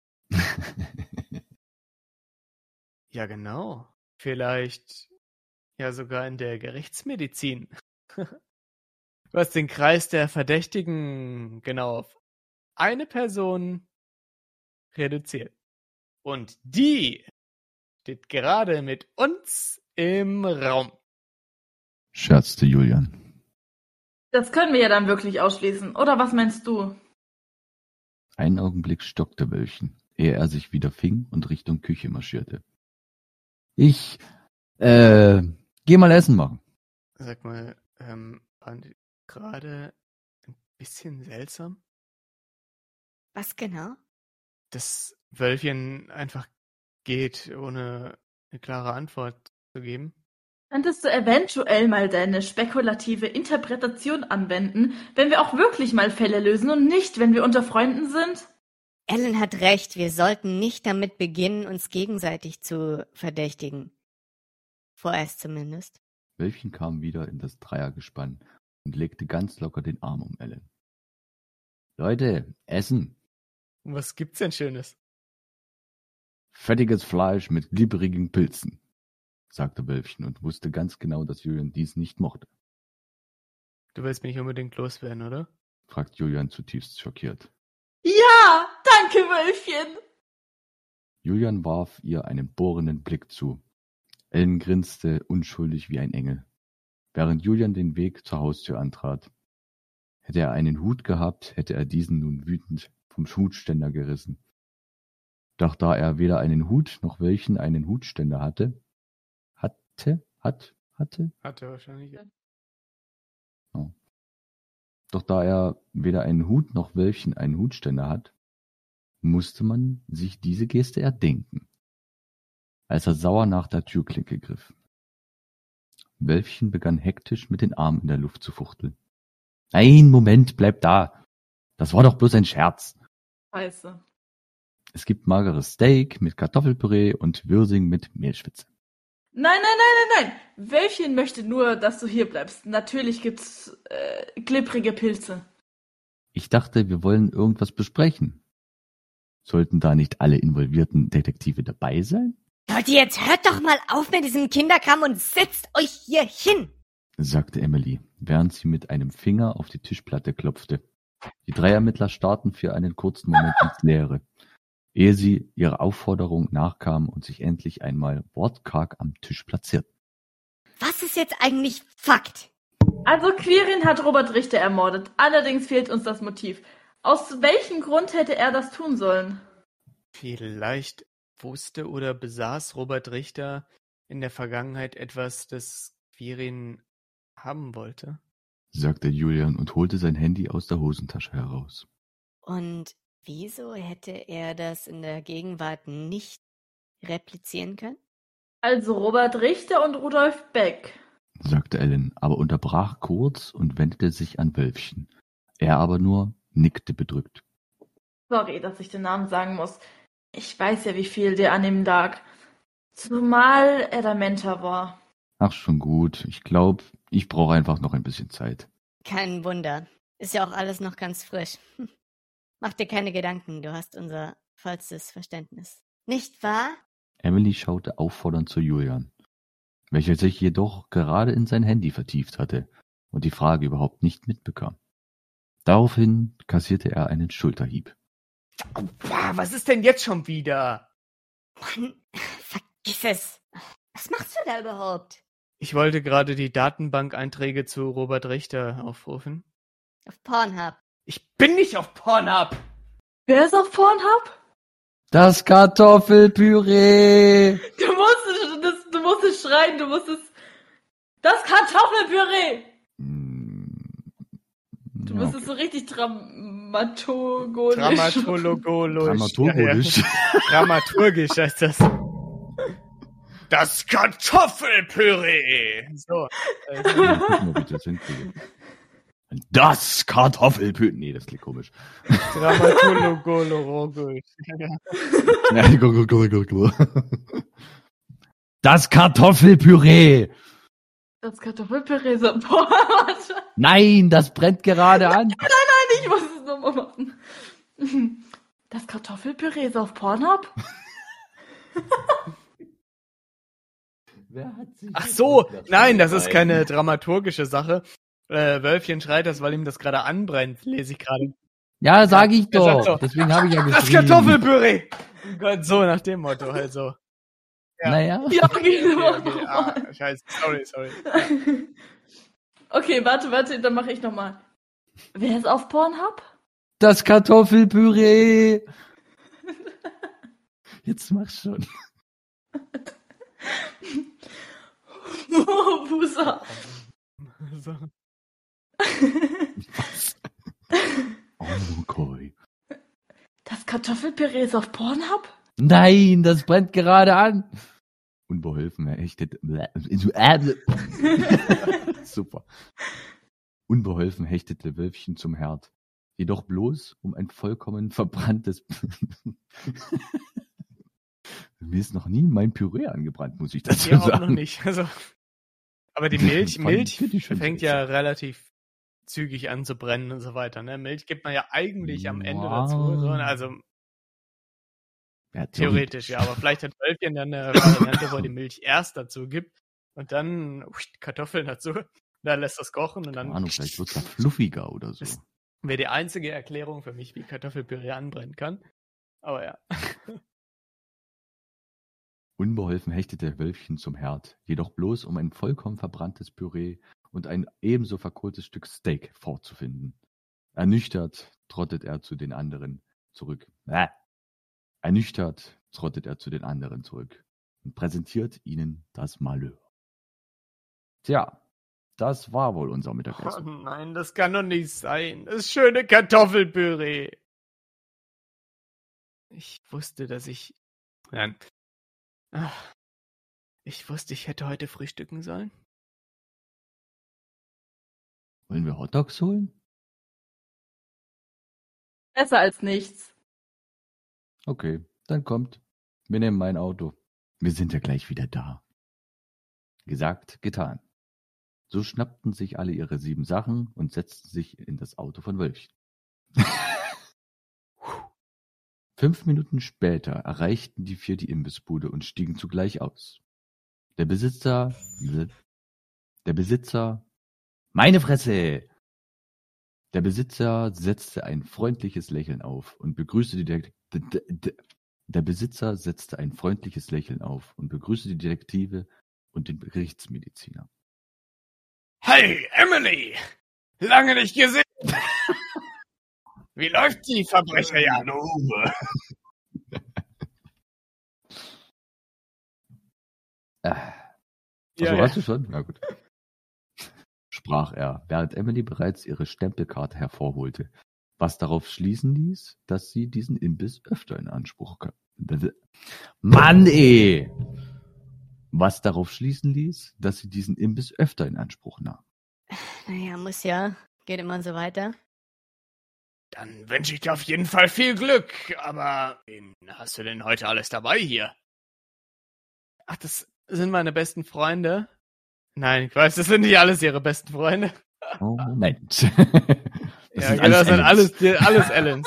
S2: Ja, genau. Vielleicht ja sogar in der Gerichtsmedizin. Was den Kreis der Verdächtigen genau auf eine Person reduziert. Und die steht gerade mit uns im Raum.
S3: Scherzte Julian.
S1: Das können wir ja dann wirklich ausschließen. Oder was meinst du?
S3: Einen Augenblick stockte Wölfchen, ehe er sich wieder fing und Richtung Küche marschierte. Ich, äh, geh mal Essen machen.
S2: Sag mal, ähm, waren die gerade ein bisschen seltsam?
S5: Was genau?
S2: Dass Wölfchen einfach geht, ohne eine klare Antwort zu geben?
S1: Könntest du eventuell mal deine spekulative Interpretation anwenden, wenn wir auch wirklich mal Fälle lösen und nicht, wenn wir unter Freunden sind?
S5: Ellen hat recht, wir sollten nicht damit beginnen, uns gegenseitig zu verdächtigen. Vorerst zumindest.
S3: Wölfchen kam wieder in das Dreiergespann und legte ganz locker den Arm um Ellen. Leute, Essen!
S2: Was gibt's denn Schönes?
S3: Fettiges Fleisch mit glibberigen Pilzen, sagte Wölfchen und wusste ganz genau, dass Julian dies nicht mochte.
S2: Du willst mich unbedingt loswerden, oder?
S3: Fragt Julian zutiefst schockiert.
S1: Ja, danke, Wölfchen!
S3: Julian warf ihr einen bohrenden Blick zu. Ellen grinste unschuldig wie ein Engel. Während Julian den Weg zur Haustür antrat. Hätte er einen Hut gehabt, hätte er diesen nun wütend vom Hutständer gerissen. Doch da er weder einen Hut noch Wölfchen einen Hutständer hatte, hatte, hat, hatte,
S2: Hat er wahrscheinlich.
S3: oh. Doch da er weder einen Hut noch Wölfchen einen Hutständer hat, musste man sich diese Geste erdenken, als er sauer nach der Türklinke griff. Wölfchen begann hektisch mit den Armen in der Luft zu fuchteln. Nein, Moment, bleib da. Das war doch bloß ein Scherz.
S1: Scheiße.
S3: Es gibt mageres Steak mit Kartoffelpüree und Würsing mit Mehlschwitze.
S1: Nein, nein, nein, nein, nein. Wölfchen möchte nur, dass du hier bleibst. Natürlich gibt's äh, glibbrige Pilze.
S3: Ich dachte, wir wollen irgendwas besprechen. Sollten da nicht alle involvierten Detektive dabei sein?
S5: Leute, jetzt hört doch mal auf mit diesem Kinderkram und setzt euch hier hin!
S3: Sagte Emily, während sie mit einem Finger auf die Tischplatte klopfte. Die drei Ermittler starrten für einen kurzen Moment ins Leere, ehe sie ihrer Aufforderung nachkamen und sich endlich einmal wortkarg am Tisch platzierten.
S5: Was ist jetzt eigentlich Fakt?
S1: Also Quirin hat Robert Richter ermordet. Allerdings fehlt uns das Motiv. Aus welchem Grund hätte er das tun sollen?
S2: Vielleicht wusste oder besaß Robert Richter in der Vergangenheit etwas, das Quirin haben wollte,
S3: sagte Julian und holte sein Handy aus der Hosentasche heraus.
S5: Und wieso hätte er das in der Gegenwart nicht replizieren können?
S1: Also Robert Richter und Rudolf Beck,
S3: sagte Ellen, aber unterbrach kurz und wendete sich an Wölfchen. Er aber nur nickte bedrückt.
S1: Sorry, dass ich den Namen sagen muss. Ich weiß ja, wie viel dir an ihm lag. Zumal er der Mentor war.
S3: Ach, schon gut. Ich glaube, ich brauche einfach noch ein bisschen Zeit.
S5: Kein Wunder. Ist ja auch alles noch ganz frisch. Mach dir keine Gedanken, du hast unser vollstes Verständnis. Nicht wahr?
S3: Emily schaute auffordernd zu Julian, welcher sich jedoch gerade in sein Handy vertieft hatte und die Frage überhaupt nicht mitbekam. Daraufhin kassierte er einen Schulterhieb.
S2: Boah, was ist denn jetzt schon wieder?
S5: Mann, vergiss es. Was machst du da überhaupt?
S2: Ich wollte gerade die Datenbank-Einträge zu Robert Richter aufrufen.
S5: Auf Pornhub.
S2: Ich bin nicht auf Pornhub!
S1: Wer ist auf Pornhub?
S3: Das Kartoffelpüree!
S1: Du musst es, das, du musst es schreien, du musst es... Das Kartoffelpüree! Du musst es so richtig dramaturgisch...
S2: Dramaturgologisch.
S3: Dramaturgisch.
S2: Ja, ja. Dramaturgisch heißt das. Das Kartoffelpüree! So. Also.
S3: Gucken, ob ich das hinkriege. Das Kartoffelpüree. Nee, das klingt komisch.
S2: Dramaturgologisch.
S3: Das Kartoffelpüree.
S1: Das Kartoffelpüree so... Boah, warte.
S3: Nein, das brennt gerade an.
S1: Nein, nein, ich muss es nochmal machen. Das Kartoffelpüree ist auf Pornhub?
S3: Wer hat sich
S2: Ach so, nein, das ist keine dramaturgische Sache. Äh, Wölfchen schreit das, weil ihm das gerade anbrennt, lese ich gerade.
S3: Ja, sag ich
S2: Er sagt
S3: doch.
S2: so,
S3: Deswegen habe ich ja
S2: Das
S3: geschrieben.
S2: Kartoffelpüree! Oh Gott, so nach dem Motto halt so. Ja.
S3: Naja.
S1: Ja, okay,
S2: Okay,
S1: mach
S2: okay.
S1: noch
S2: Ah,
S1: mal.
S2: scheiße, sorry, sorry.
S1: Okay, warte, warte, dann mache ich nochmal. Wer ist auf Pornhub?
S3: Das Kartoffelpüree. Jetzt mach's schon.
S1: Oh, Busa.
S2: So.
S3: Oh, Koi.
S1: Das Kartoffelpüree ist auf Pornhub?
S3: Nein, das brennt gerade an. Unbeholfen, er hechtet. Super. Unbeholfen hechtete Wölfchen zum Herd. Jedoch bloß um ein vollkommen verbranntes. Mir ist noch nie mein Püree angebrannt, muss ich dazu
S2: Ja, auch
S3: sagen.
S2: noch nicht. Also, aber die Milch,
S3: Fand-
S2: Milch
S3: find ich schon
S2: fängt
S3: seltsam.
S2: ja relativ zügig an zu brennen und so weiter. Ne? Milch gibt man ja eigentlich am Ende
S3: Wow.
S2: dazu. So, also
S3: Ja,
S2: theoretisch, ja. Aber vielleicht hat Wölfchen dann eine Variante, wo er die Milch erst dazu gibt und dann ui, Kartoffeln dazu. Dann lässt das kochen und
S3: Keine
S2: dann
S3: Ahnung, vielleicht wird's da fluffiger oder so.
S2: Ist- wäre die einzige Erklärung für mich, wie Kartoffelpüree anbrennen kann. Aber ja.
S3: Unbeholfen hechtete Wölfchen zum Herd, jedoch bloß um ein vollkommen verbranntes Püree und ein ebenso verkohltes Stück Steak vorzufinden. Ernüchtert trottet er zu den anderen zurück. Bäh. Ernüchtert trottet er zu den anderen zurück und präsentiert ihnen das Malheur. Tja, das war wohl unser
S2: Oh
S3: Mittagessen.
S2: nein, das kann doch nicht sein. Das schöne Kartoffelpüree. Ich wusste, dass ich... Nein. Ach, ich wusste, ich hätte heute frühstücken sollen.
S3: Wollen wir Hotdogs holen?
S1: Besser als nichts.
S3: Okay, dann kommt. Wir nehmen mein Auto. Wir sind ja gleich wieder da. Gesagt, getan. So schnappten sich alle ihre sieben Sachen und setzten sich in das Auto von Wölfchen. Fünf Minuten später erreichten die vier die Imbissbude und stiegen zugleich aus. Der Besitzer, der Besitzer, meine Fresse! Der Besitzer setzte ein freundliches Lächeln auf und begrüßte die Detek- d- d- Der Besitzer setzte ein freundliches Lächeln auf und begrüßte die Detektive und den Gerichtsmediziner.
S2: Hey, Emily! Lange nicht gesehen! Wie läuft die Verbrecherjagd?
S3: Ah.
S2: Ja,
S3: Achso,
S2: ja.
S3: hast du schon? Na gut. Sprach er, während Emily bereits ihre Stempelkarte hervorholte, was darauf schließen ließ, dass sie diesen Imbiss öfter in Anspruch kam. Mann, ey! Was darauf schließen ließ, dass sie diesen Imbiss öfter in Anspruch nahm.
S5: Naja, muss ja. Geht immer so weiter.
S2: Dann wünsche ich dir auf jeden Fall viel Glück. Aber wen hast du denn heute alles dabei hier? Ach, das sind meine besten Freunde. Nein, ich weiß, das sind nicht alles ihre besten Freunde.
S3: Oh, Moment. Das
S2: ja,
S3: sind
S2: genau, das sind
S3: Allens.
S2: alles, alles Ellens.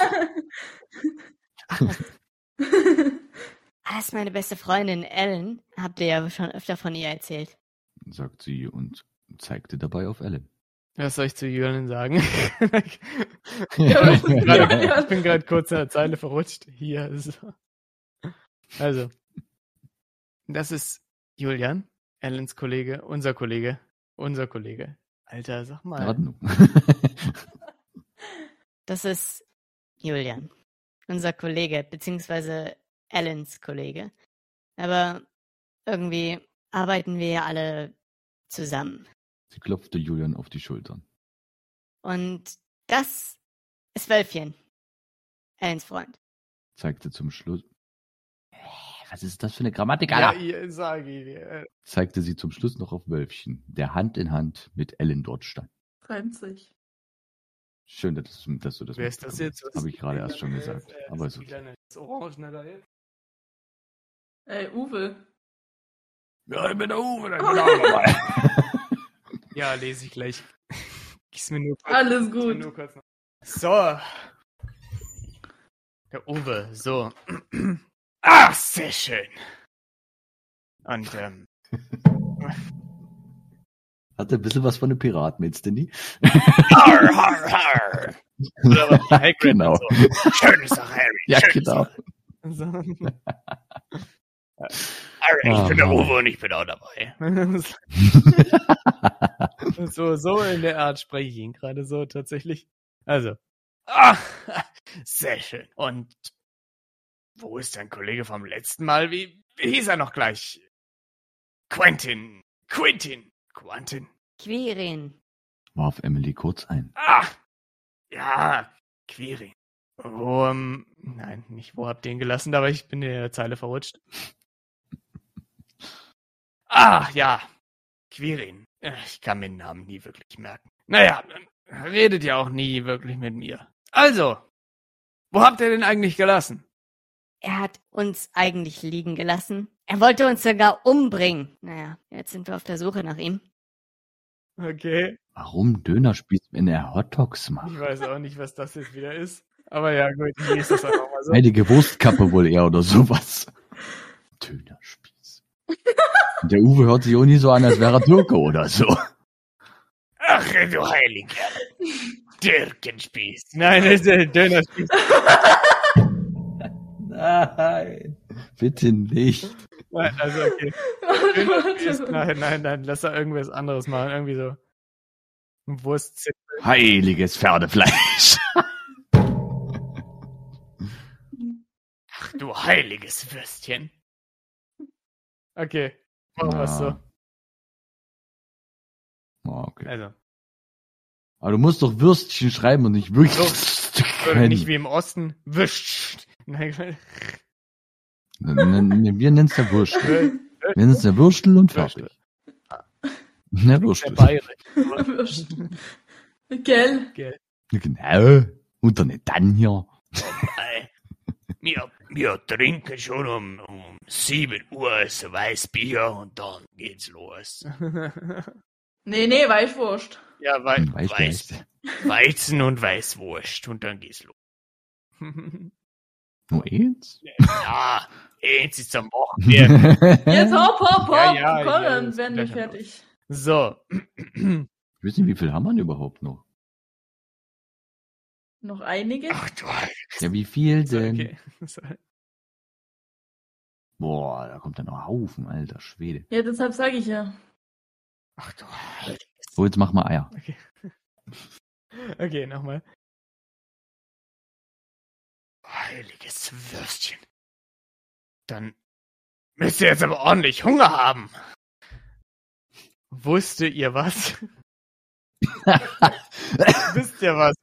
S5: Das ist meine beste Freundin Ellen. Habt ihr ja schon öfter von ihr erzählt.
S3: Sagt sie und zeigte dabei auf Ellen.
S2: Was soll ich zu Julian sagen?
S1: Ja,
S2: ich bin
S1: ja,
S2: gerade
S1: ja.
S2: ich bin gerade kurz in der Zeile verrutscht. Hier. So. Also. Das ist Julian, Ellens Kollege, unser Kollege, unser Kollege. Alter, sag mal.
S3: Radnu.
S5: Das ist Julian, unser Kollege, beziehungsweise Ellens Kollege. Aber irgendwie arbeiten wir ja alle zusammen.
S3: Sie klopfte Julian auf die Schultern.
S5: Und das ist Wölfchen, Ellens Freund.
S3: Zeigte zum Schluss. Was ist das für eine Grammatik,
S2: Ja,
S3: Alter?
S2: ihr, sag ich dir.
S3: Zeigte sie zum Schluss noch auf Wölfchen, der Hand in Hand mit Ellen dort stand.
S1: Reimt sich.
S3: Schön, dass, du- dass du das
S2: Wer ist das
S3: mitbekommen
S2: jetzt?
S3: hast. Habe ich gerade erst schon gesagt.
S2: Äh,
S3: Aber
S2: ist
S3: ist okay.
S2: kleine- das Orange da jetzt?
S1: Ey, Uwe.
S3: Ja, ich bin der Uwe, ich bin auch dabei.
S2: Ja, lese ich gleich. Gieß mir nur kurz.
S1: Alles
S2: gieß mir
S1: gut.
S2: nur kurz noch. So. Der Uwe, so. Ach, sehr schön. Und, ähm,
S3: Hat er ein bisschen was von einem Piraten jetzt, denn die?
S2: har, har, har. Oder was der Hagrid
S3: Genau.
S2: und so. Schöne Sache, Harry.
S3: Ja,
S2: schöne
S3: genau.
S2: Sache. So. Harry, ich bin der Uwe und ich bin auch dabei. so, so in der Art spreche ich ihn gerade so tatsächlich. Also. Ah, sehr schön. Und wo ist dein Kollege vom letzten Mal? Wie, wie hieß er noch gleich? Quentin. Quentin. Quentin.
S5: Quirin.
S3: Warf Emily kurz ein.
S2: Ah! Ja, Quirin. Wo, ähm, nein, nicht wo habt ihr ihn gelassen, aber ich bin in der Zeile verrutscht. Ah, ja. Quirin. Äh, Ich kann mir den Namen nie wirklich merken. Naja, dann redet ja auch nie wirklich mit mir. Also, wo habt ihr den eigentlich gelassen?
S5: Er hat uns eigentlich liegen gelassen. Er wollte uns sogar umbringen. Naja, jetzt sind wir auf der Suche nach ihm.
S2: Okay.
S3: Warum Dönerspieß, wenn er Hotdogs
S2: Ich
S3: macht?
S2: weiß auch nicht, was das jetzt wieder ist. Aber ja, gut, ich lese das einfach mal so.
S3: Heilige Wurstkappe wohl eher oder sowas. Dönerspieß. Und der Uwe hört sich auch nie so an, als wäre er Türke oder so.
S2: Ach, du Heiliger. Dirkenspieß. Nein, das ist der Dönerspieß.
S3: Nein, bitte nicht.
S2: Nein, also okay. Dönerspieß, nein, nein, nein, lass da irgendwas anderes machen. Irgendwie so. Wurstzipfel.
S3: Heiliges Pferdefleisch.
S2: Ach, du heiliges Würstchen. Okay, machen wir es so.
S3: Ah, okay.
S2: Also,
S3: Aber du musst doch Würstchen schreiben und nicht Würstchen.
S2: nicht wie im Osten. Wischt. Nein,
S3: Wir nennen es ja Wurst. Wir nennen es ja Würstel und fertig. Ja,
S2: der
S3: Würstel.
S2: Bayerisch.
S1: Gell?
S2: Gell.
S3: Genau. Und dann nicht dann hier.
S2: Ei, Wir, wir trinken schon um, um sieben Uhr ein Weißbier und dann geht's los.
S1: Nee, nee, Weißwurst.
S2: Ja, Wei
S3: Hm, Weiß,
S2: Weiß,
S3: weiß.
S2: Weizen und Weißwurst und dann geht's los.
S3: Nur eins?
S2: Ja, jetzt ist am Wochenende.
S1: Jetzt hopp, hopp, hopp.
S2: Ja, ja,
S1: Komm,
S2: ja,
S1: dann
S2: das
S1: werden wir
S2: geht ja
S1: fertig.
S2: So.
S3: Ich weiß nicht, wie viel haben wir denn überhaupt noch?
S1: Noch einige?
S2: Ach du Heiliges.
S3: Ja, wie viel
S2: So,
S3: denn?
S2: okay. So.
S3: Boah, da kommt ja noch Haufen, alter Schwede.
S1: Ja, deshalb sage ich ja.
S2: Ach du Heiliges.
S3: So, jetzt mach mal Eier.
S2: Okay. Okay, nochmal. Heiliges Würstchen. Dann müsst ihr jetzt aber ordentlich Hunger haben. Wusstet ihr was? Wisst ihr was?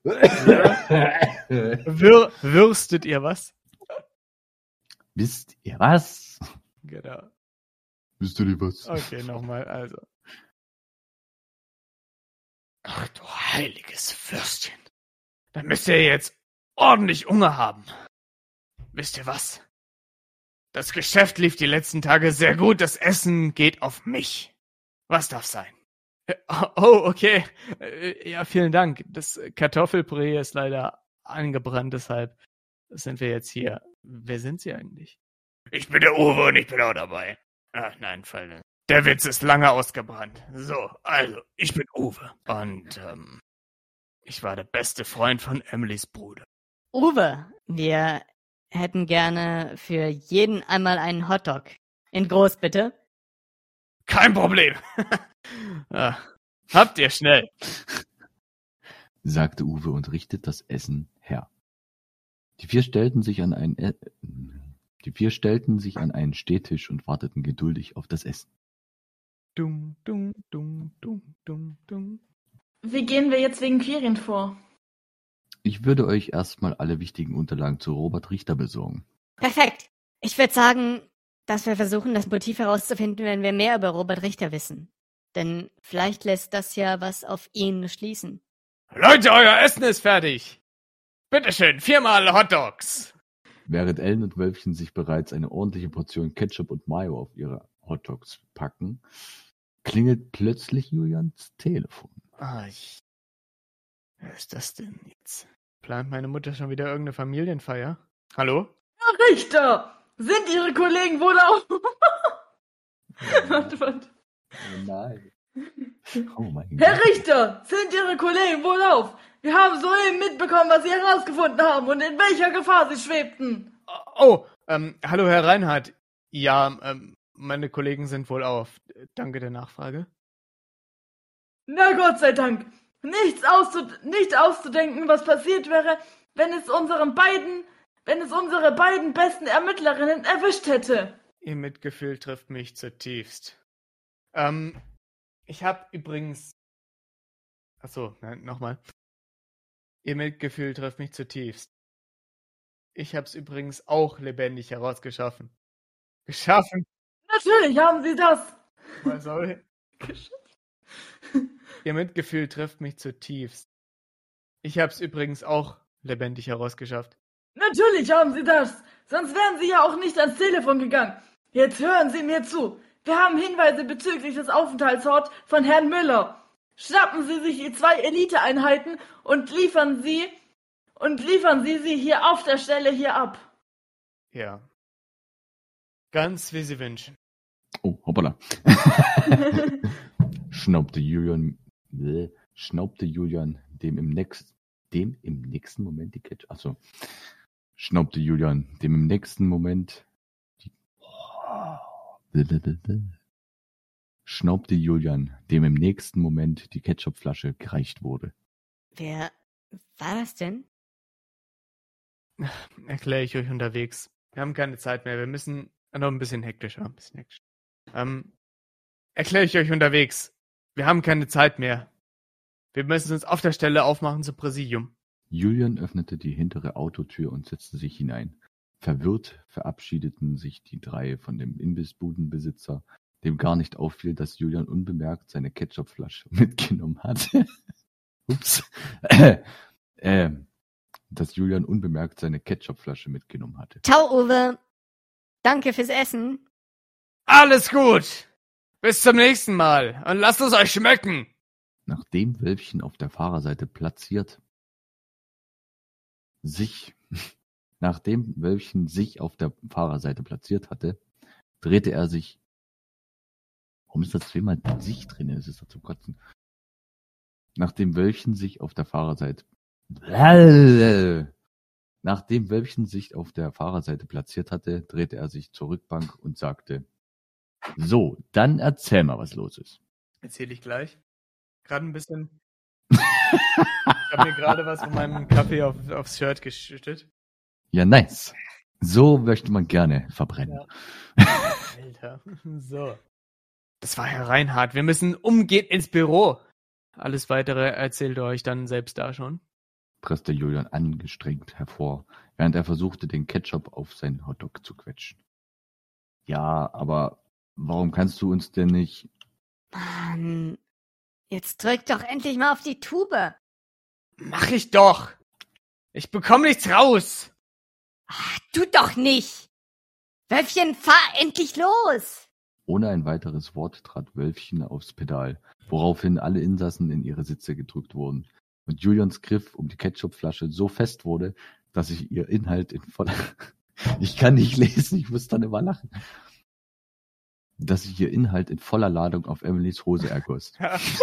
S2: Wür würstet ihr was?
S3: Wisst ihr was?
S2: Genau.
S3: Wisst ihr nicht was?
S2: Okay, nochmal, also. Ach du heiliges Würstchen. Dann müsst ihr jetzt ordentlich Hunger haben. Wisst ihr was? Das Geschäft lief die letzten Tage sehr gut, das Essen geht auf mich. Was darf sein? Oh, okay. Ja, vielen Dank. Das Kartoffelpüree ist leider angebrannt, deshalb sind wir jetzt hier. Wer sind Sie eigentlich? Ich bin der Uwe und ich bin auch dabei. Ach nein, Fall. Der Witz ist lange ausgebrannt. So, also, ich bin Uwe. Und, ähm, ich war der beste Freund von Emilys Bruder.
S5: Uwe, wir hätten gerne für jeden einmal einen Hotdog. In groß, bitte.
S2: Kein Problem. ah, habt ihr schnell,
S3: sagte Uwe und richtete das Essen her. Die vier stellten sich an einen, äh, die vier stellten sich an einen Stehtisch und warteten geduldig auf das Essen.
S2: Dum, dum, dum, dum, dum, dum.
S1: Wie gehen wir jetzt wegen Quirin vor?
S3: Ich würde euch erstmal alle wichtigen Unterlagen zu Robert Richter besorgen.
S5: Perfekt. Ich würde sagen, dass wir versuchen, das Motiv herauszufinden, wenn wir mehr über Robert Richter wissen. Denn vielleicht lässt das ja was auf ihn schließen.
S2: Leute, euer Essen ist fertig. Bitteschön, viermal Hotdogs.
S3: Während Ellen und Wölfchen sich bereits eine ordentliche Portion Ketchup und Mayo auf ihre Hotdogs packen, klingelt plötzlich Julians Telefon.
S2: Ah, ich... Wer ist das denn jetzt? Plant meine Mutter schon wieder irgendeine Familienfeier? Hallo?
S1: Herr Richter! Sind Ihre Kollegen wohl auch... warte, warte.
S3: Oh nein. Oh mein
S1: Herr
S3: Gott.
S1: Richter! Sind Ihre Kollegen wohl auf? Wir haben soeben mitbekommen, was Sie herausgefunden haben und in welcher Gefahr Sie schwebten.
S2: Oh, ähm, hallo Herr Reinhardt. Ja, ähm, meine Kollegen sind wohl auf. Danke der Nachfrage.
S1: Na Gott sei Dank. Nichts auszud- nicht auszudenken, was passiert wäre, wenn es unseren beiden, wenn es unsere beiden besten Ermittlerinnen erwischt hätte.
S2: Ihr Mitgefühl trifft mich zutiefst. Ähm, ich hab übrigens... Achso, nein, nochmal. Ihr Mitgefühl trifft mich zutiefst. Ich hab's übrigens auch lebendig herausgeschaffen. Geschaffen?
S1: Natürlich haben Sie das.
S2: Was soll? Ihr Mitgefühl trifft mich zutiefst. Ich hab's übrigens auch lebendig herausgeschafft.
S1: Natürlich haben Sie das. Sonst wären Sie ja auch nicht ans Telefon gegangen. Jetzt hören Sie mir zu. Wir haben Hinweise bezüglich des Aufenthaltsorts von Herrn Müller. Schnappen Sie sich die zwei Eliteeinheiten und liefern Sie und liefern Sie sie hier auf der Stelle hier ab.
S2: Ja. Ganz wie Sie wünschen.
S3: Oh, hoppala. schnaubte Julian, bläh, schnaubte Julian dem im nächsten, dem im nächsten Moment die Ketchup, achso, schnaubte Julian dem im nächsten Moment die, bläh, bläh, bläh, bläh. schnaubte Julian dem im nächsten Moment die Ketchupflasche gereicht wurde.
S5: Wer war das denn?
S2: Erkläre ich euch unterwegs. Wir haben keine Zeit mehr. Wir müssen noch ein bisschen hektischer. Ein bisschen hektischer. Ähm, erkläre ich euch unterwegs. Wir haben keine Zeit mehr. Wir müssen uns auf der Stelle aufmachen zum Präsidium.
S3: Julian öffnete die hintere Autotür und setzte sich hinein. Verwirrt verabschiedeten sich die drei von dem Imbissbudenbesitzer, dem gar nicht auffiel, dass Julian unbemerkt seine Ketchupflasche mitgenommen hatte. Ups. Äh, äh, dass Julian unbemerkt seine Ketchupflasche mitgenommen hatte.
S5: Ciao, Uwe. Danke fürs Essen.
S2: Alles gut. Bis zum nächsten Mal. Und lasst es euch schmecken.
S3: Nachdem Wölfchen auf der Fahrerseite platziert sich, nachdem Wölfchen sich auf der Fahrerseite platziert hatte, drehte er sich. Warum ist das zweimal sich drin? Es ist doch zum Kotzen. Nachdem Wölfchen sich auf der Fahrerseite Nachdem Wölfchen sich auf der Fahrerseite platziert hatte, drehte er sich zur Rückbank und sagte: So, dann erzähl mal, was los ist.
S2: Erzähle ich gleich. Gerade ein bisschen. Ich habe mir gerade was von meinem Kaffee auf, aufs Shirt geschüttet.
S3: Ja, nice. So möchte man gerne verbrennen.
S2: Ja. Alter. So. Das war Herr Reinhardt. Wir müssen umgehend ins Büro. Alles Weitere erzählt ihr euch dann selbst da schon.
S3: Presste Julian angestrengt hervor, während er versuchte, den Ketchup auf seinen Hotdog zu quetschen. Ja, aber warum kannst du uns denn nicht...
S5: Mann, jetzt drück doch endlich mal auf die Tube.
S2: Mach ich doch. Ich bekomme nichts raus!
S5: Ach, tu doch nicht! Wölfchen, fahr endlich los!
S3: Ohne ein weiteres Wort trat Wölfchen aufs Pedal, woraufhin alle Insassen in ihre Sitze gedrückt wurden und Julians Griff um die Ketchupflasche so fest wurde, dass sich ihr Inhalt in voller... Ich kann nicht lesen, ich muss dann immer lachen. Dass sich ihr Inhalt in voller Ladung auf Emilys Hose ergoss.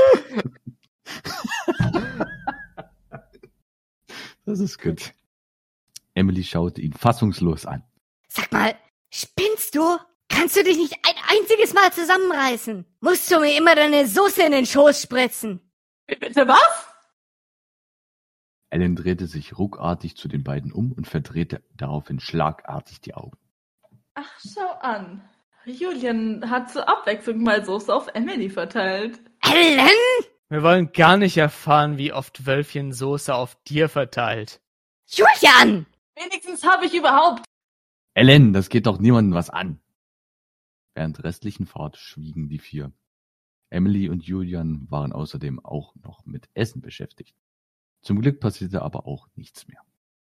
S3: Das ist gut. Emily schaute ihn fassungslos an.
S5: Sag mal, spinnst du? Kannst du dich nicht ein einziges Mal zusammenreißen? Musst du mir immer deine Soße in den Schoß spritzen?
S1: Bitte was?
S3: Ellen drehte sich ruckartig zu den beiden um und verdrehte daraufhin schlagartig die Augen.
S1: Ach, schau an. Julian hat zur Abwechslung mal Soße auf Emily verteilt.
S5: Ellen?
S2: Wir wollen gar nicht erfahren, wie oft Wölfchen Soße auf dir verteilt.
S5: Julian!
S1: Wenigstens habe ich überhaupt...
S3: Ellen, das geht doch niemandem was an. Während der restlichen Fahrt schwiegen die vier. Emily und Julian waren außerdem auch noch mit Essen beschäftigt. Zum Glück passierte aber auch nichts mehr.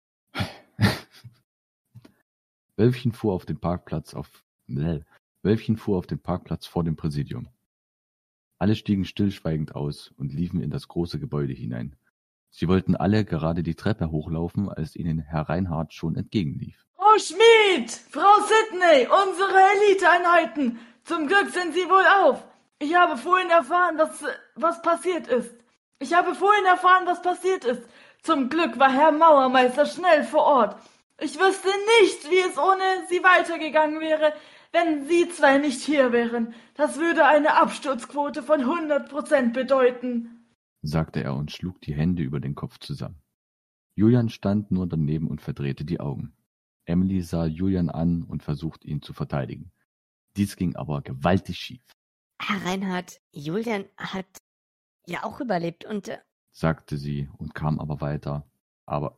S3: Wölfchen fuhr auf den Parkplatz auf Lell. Wölfchen fuhr auf den Parkplatz vor dem Präsidium. Alle stiegen stillschweigend aus und liefen in das große Gebäude hinein. Sie wollten alle gerade die Treppe hochlaufen, als ihnen Herr Reinhardt schon entgegenlief.
S1: Frau Schmid! Frau Sidney! Unsere Eliteeinheiten! Zum Glück sind Sie wohl auf! Ich habe vorhin erfahren, dass was passiert ist. Ich habe vorhin erfahren, was passiert ist. Zum Glück war Herr Mauermeister schnell vor Ort. Ich wüsste nicht, wie es ohne Sie weitergegangen wäre, wenn Sie zwei nicht hier wären. Das würde eine Absturzquote von hundert Prozent bedeuten,
S3: sagte er und schlug die Hände über den Kopf zusammen. Julian stand nur daneben und verdrehte die Augen. Emily sah Julian an und versuchte, ihn zu verteidigen. Dies ging aber gewaltig schief.
S5: Herr Reinhardt, Julian hat ja auch überlebt und... Äh,
S3: sagte sie und kam aber weiter. Aber...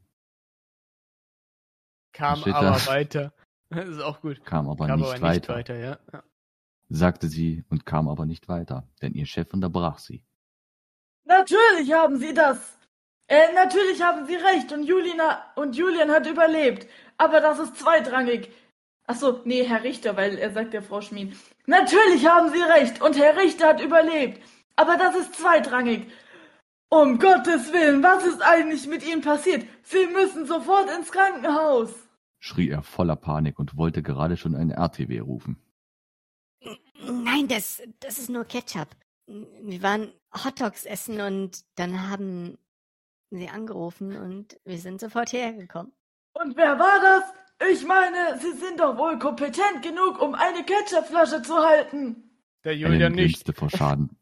S2: Kam
S3: Steht
S2: aber
S3: da.
S2: weiter. Das ist auch gut.
S3: Kam aber,
S2: Kam
S3: nicht,
S2: aber
S3: weiter,
S2: nicht weiter, ja. ja.
S3: sagte sie und kam aber nicht weiter, denn ihr Chef unterbrach sie.
S1: Natürlich haben Sie das. Äh, natürlich haben Sie recht und Julina und Julian hat überlebt. Aber das ist zweitrangig. Ach so, nee, Herr Richter, weil er sagt ja Frau Schmid. Natürlich haben Sie recht und Herr Richter hat überlebt. Aber das ist zweitrangig. Um Gottes Willen, was ist eigentlich mit Ihnen passiert? Sie müssen sofort ins Krankenhaus,
S3: schrie er voller Panik und wollte gerade schon einen R T W rufen.
S5: Nein, das, das ist nur Ketchup. Wir waren Hotdogs essen und dann haben sie angerufen und wir sind sofort hierher gekommen.
S1: Und wer war das? Ich meine, Sie sind doch wohl kompetent genug, um eine Ketchupflasche zu halten.
S2: Der Julian
S3: Ellen
S2: nicht.
S3: grinste vor Schaden.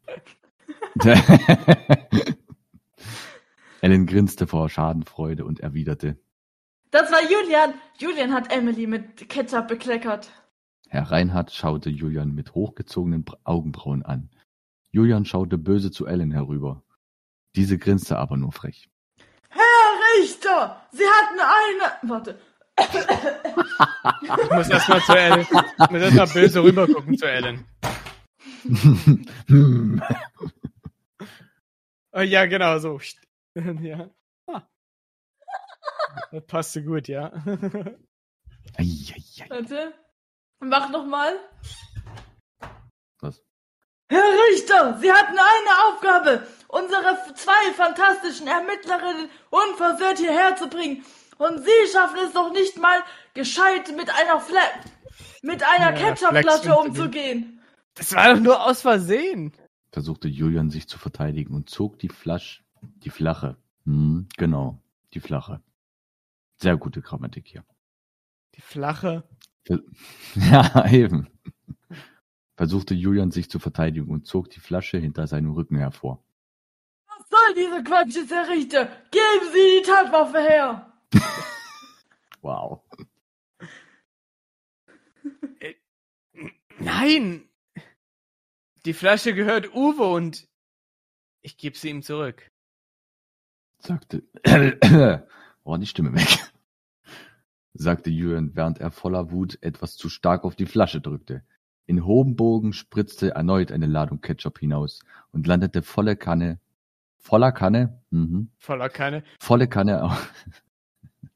S3: Ellen grinste vor Schadenfreude und erwiderte:
S1: Das war Julian. Julian hat Emily mit Ketchup bekleckert.
S3: Herr Reinhardt schaute Julian mit hochgezogenen Augenbrauen an. Julian schaute böse zu Ellen herüber. Diese grinste aber nur frech.
S1: Herr Richter, Sie hatten eine... Warte.
S2: Ich muss erstmal zu Ellen. Ich muss erstmal böse rübergucken zu Ellen. Oh, ja, genau, so. Ja. Ah. Das passte gut, ja.
S3: Eieiei.
S1: Warte. Mach nochmal.
S3: Was?
S1: Herr Richter, Sie hatten eine Aufgabe, unsere zwei fantastischen Ermittlerinnen unversehrt hierher zu bringen. Und Sie schaffen es doch nicht mal, gescheit mit einer Fle mit einer
S2: Ja,
S1: Ketchupflasche
S2: Flex-
S1: umzugehen.
S2: Das war doch nur aus Versehen.
S3: Versuchte Julian sich zu verteidigen und zog die Flasche, die flache. Hm, genau, die flache. Sehr gute Grammatik hier.
S2: Die flache.
S3: Ja, eben. Versuchte Julian sich zu verteidigen und zog die Flasche hinter seinem Rücken hervor.
S1: Was soll diese Quatsch, Herr Richter? Geben Sie die Tatwaffe her.
S3: Wow.
S2: Nein! Die Flasche gehört Uwe und ich gebe sie ihm zurück.
S3: Sagte... Oh, die Stimme weg. Sagte Julian, während er voller Wut etwas zu stark auf die Flasche drückte. In hohem Bogen spritzte erneut eine Ladung Ketchup hinaus und landete volle Kanne... Voller Kanne? Mhm.
S2: Voller Kanne.
S3: Volle Kanne auf...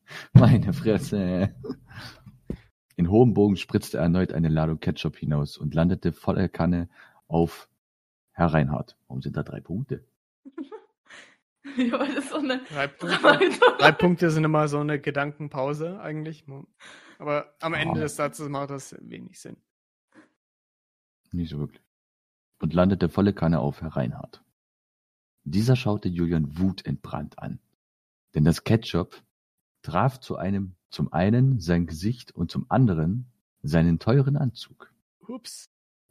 S3: Meine Fresse. In hohem Bogen spritzte er erneut eine Ladung Ketchup hinaus und landete voller Kanne auf Herr Reinhardt. Warum sind da drei Punkte?
S1: Ja, weil das so eine
S2: Drei Punkte, drei Punkte sind immer so eine Gedankenpause eigentlich. Aber am Ende
S3: Oh.
S2: des Satzes macht das wenig Sinn.
S3: Nicht so wirklich. Und landete volle Kanne auf Herr Reinhardt. Dieser schaute Julian wutentbrannt an. Denn das Ketchup traf zu einem, zum einen sein Gesicht und zum anderen seinen teuren Anzug,
S2: Ups.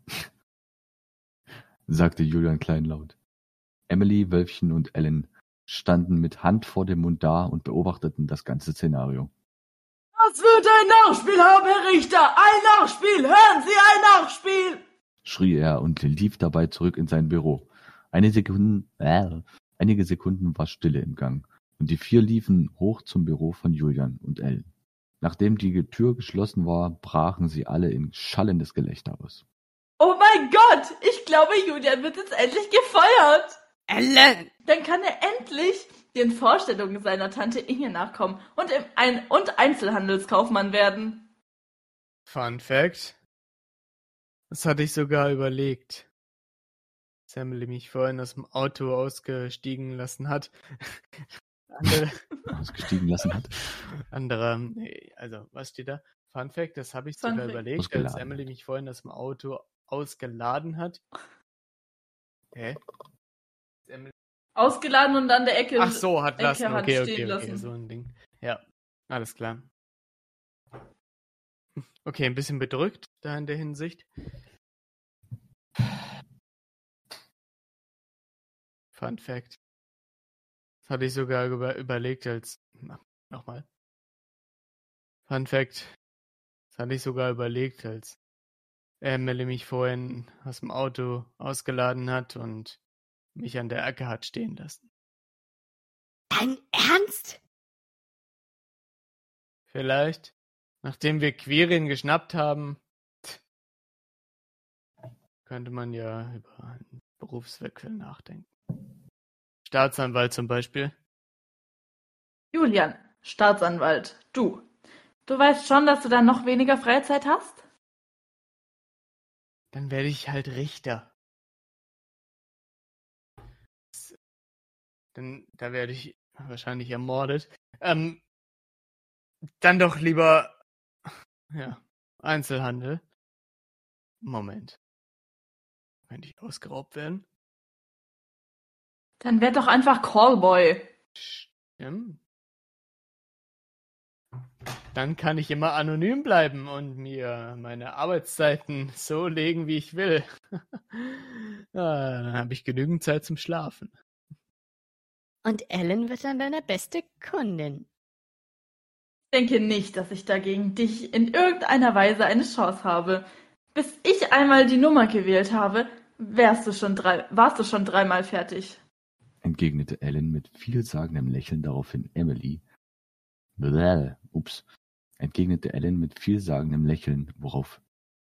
S3: sagte Julian kleinlaut. Emily, Wölfchen und Ellen standen mit Hand vor dem Mund da und beobachteten das ganze Szenario.
S1: Was wird ein Nachspiel haben, Herr Richter? Ein Nachspiel! Hören Sie, ein Nachspiel!
S3: Schrie er und lief dabei zurück in sein Büro. Eine Sekunden, äh, einige Sekunden war Stille im Gang und die vier liefen hoch zum Büro von Julian und Ellen. Nachdem die Tür geschlossen war, brachen sie alle in schallendes Gelächter aus.
S1: Oh mein Gott! Ich glaube, Julian wird jetzt endlich gefeuert!
S5: Ellen!
S1: Dann kann er endlich den Vorstellungen seiner Tante Inge nachkommen und, im Ein- und Einzelhandelskaufmann werden.
S2: Fun Fact. Das hatte ich sogar überlegt. Als Emily mich vorhin aus dem Auto ausgestiegen lassen hat. Andere,
S3: Ausgestiegen lassen hat.
S2: andere, nee, also was steht da? Fun Fact, das habe ich
S1: Fun
S2: sogar
S1: Fact.
S2: überlegt, als
S3: Ausgeladen
S2: Emily
S3: hat.
S2: mich vorhin aus dem Auto ausgeladen hat. Hä? Emily
S1: Ausgeladen und an der Ecke.
S2: Ach so, hat
S1: Ecke
S2: lassen.
S1: hat
S2: Okay,
S1: stehen
S2: okay, okay,
S1: lassen.
S2: so ein Ding. Ja, alles klar. Okay, ein bisschen bedrückt da in der Hinsicht. Fun Fact. Das hatte ich sogar über, überlegt als... Na, nochmal. Fun Fact. Das hatte ich sogar überlegt, als Emily mich vorhin aus dem Auto ausgeladen hat und mich an der Ecke hat stehen lassen.
S5: Dein Ernst?
S2: Vielleicht, nachdem wir Quirin geschnappt haben, könnte man ja über einen Berufswechsel nachdenken. Staatsanwalt zum Beispiel.
S1: Julian, Staatsanwalt, du. Du weißt schon, dass du dann noch weniger Freizeit hast?
S2: Dann werde ich halt Richter. Dann, da werde ich wahrscheinlich ermordet. Ähm, dann doch lieber, ja, Einzelhandel. Moment. Könnte ich ausgeraubt werden?
S1: Dann werd doch einfach Callboy.
S2: Stimmt. Dann kann ich immer anonym bleiben und mir meine Arbeitszeiten so legen, wie ich will. Ah, dann habe ich genügend Zeit zum Schlafen.
S5: Und Ellen wird dann deine beste Kundin.
S1: Ich denke nicht, dass ich dagegen dich in irgendeiner Weise eine Chance habe. Bis ich einmal die Nummer gewählt habe, wärst du schon drei, warst du schon dreimal fertig.
S3: Entgegnete Ellen mit vielsagendem Lächeln, daraufhin Emily. Bläh, ups. Entgegnete Ellen mit vielsagendem Lächeln, worauf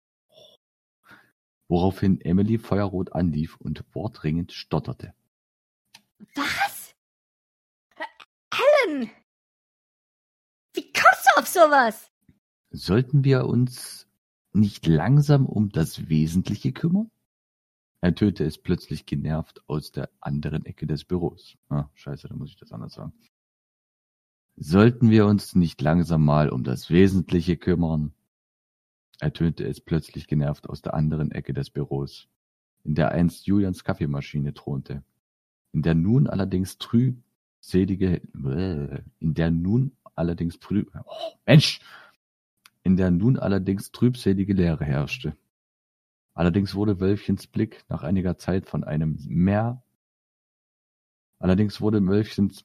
S3: woraufhin Emily feuerrot anlief und wortringend stotterte.
S5: Was? Ellen! Wie kommst du auf sowas?
S3: Sollten wir uns nicht langsam um das Wesentliche kümmern? Ertönte es plötzlich genervt aus der anderen Ecke des Büros. Ah, scheiße, da muss ich das anders sagen. Sollten wir uns nicht langsam mal um das Wesentliche kümmern? Ertönte es plötzlich genervt aus der anderen Ecke des Büros, in der einst Julians Kaffeemaschine thronte, in der nun allerdings trübselige, in der nun allerdings trüb, oh, Mensch, in der nun allerdings trübselige Leere herrschte. Allerdings wurde Wölfchens Blick nach einiger Zeit von einem mehr, allerdings wurde Wölfchens,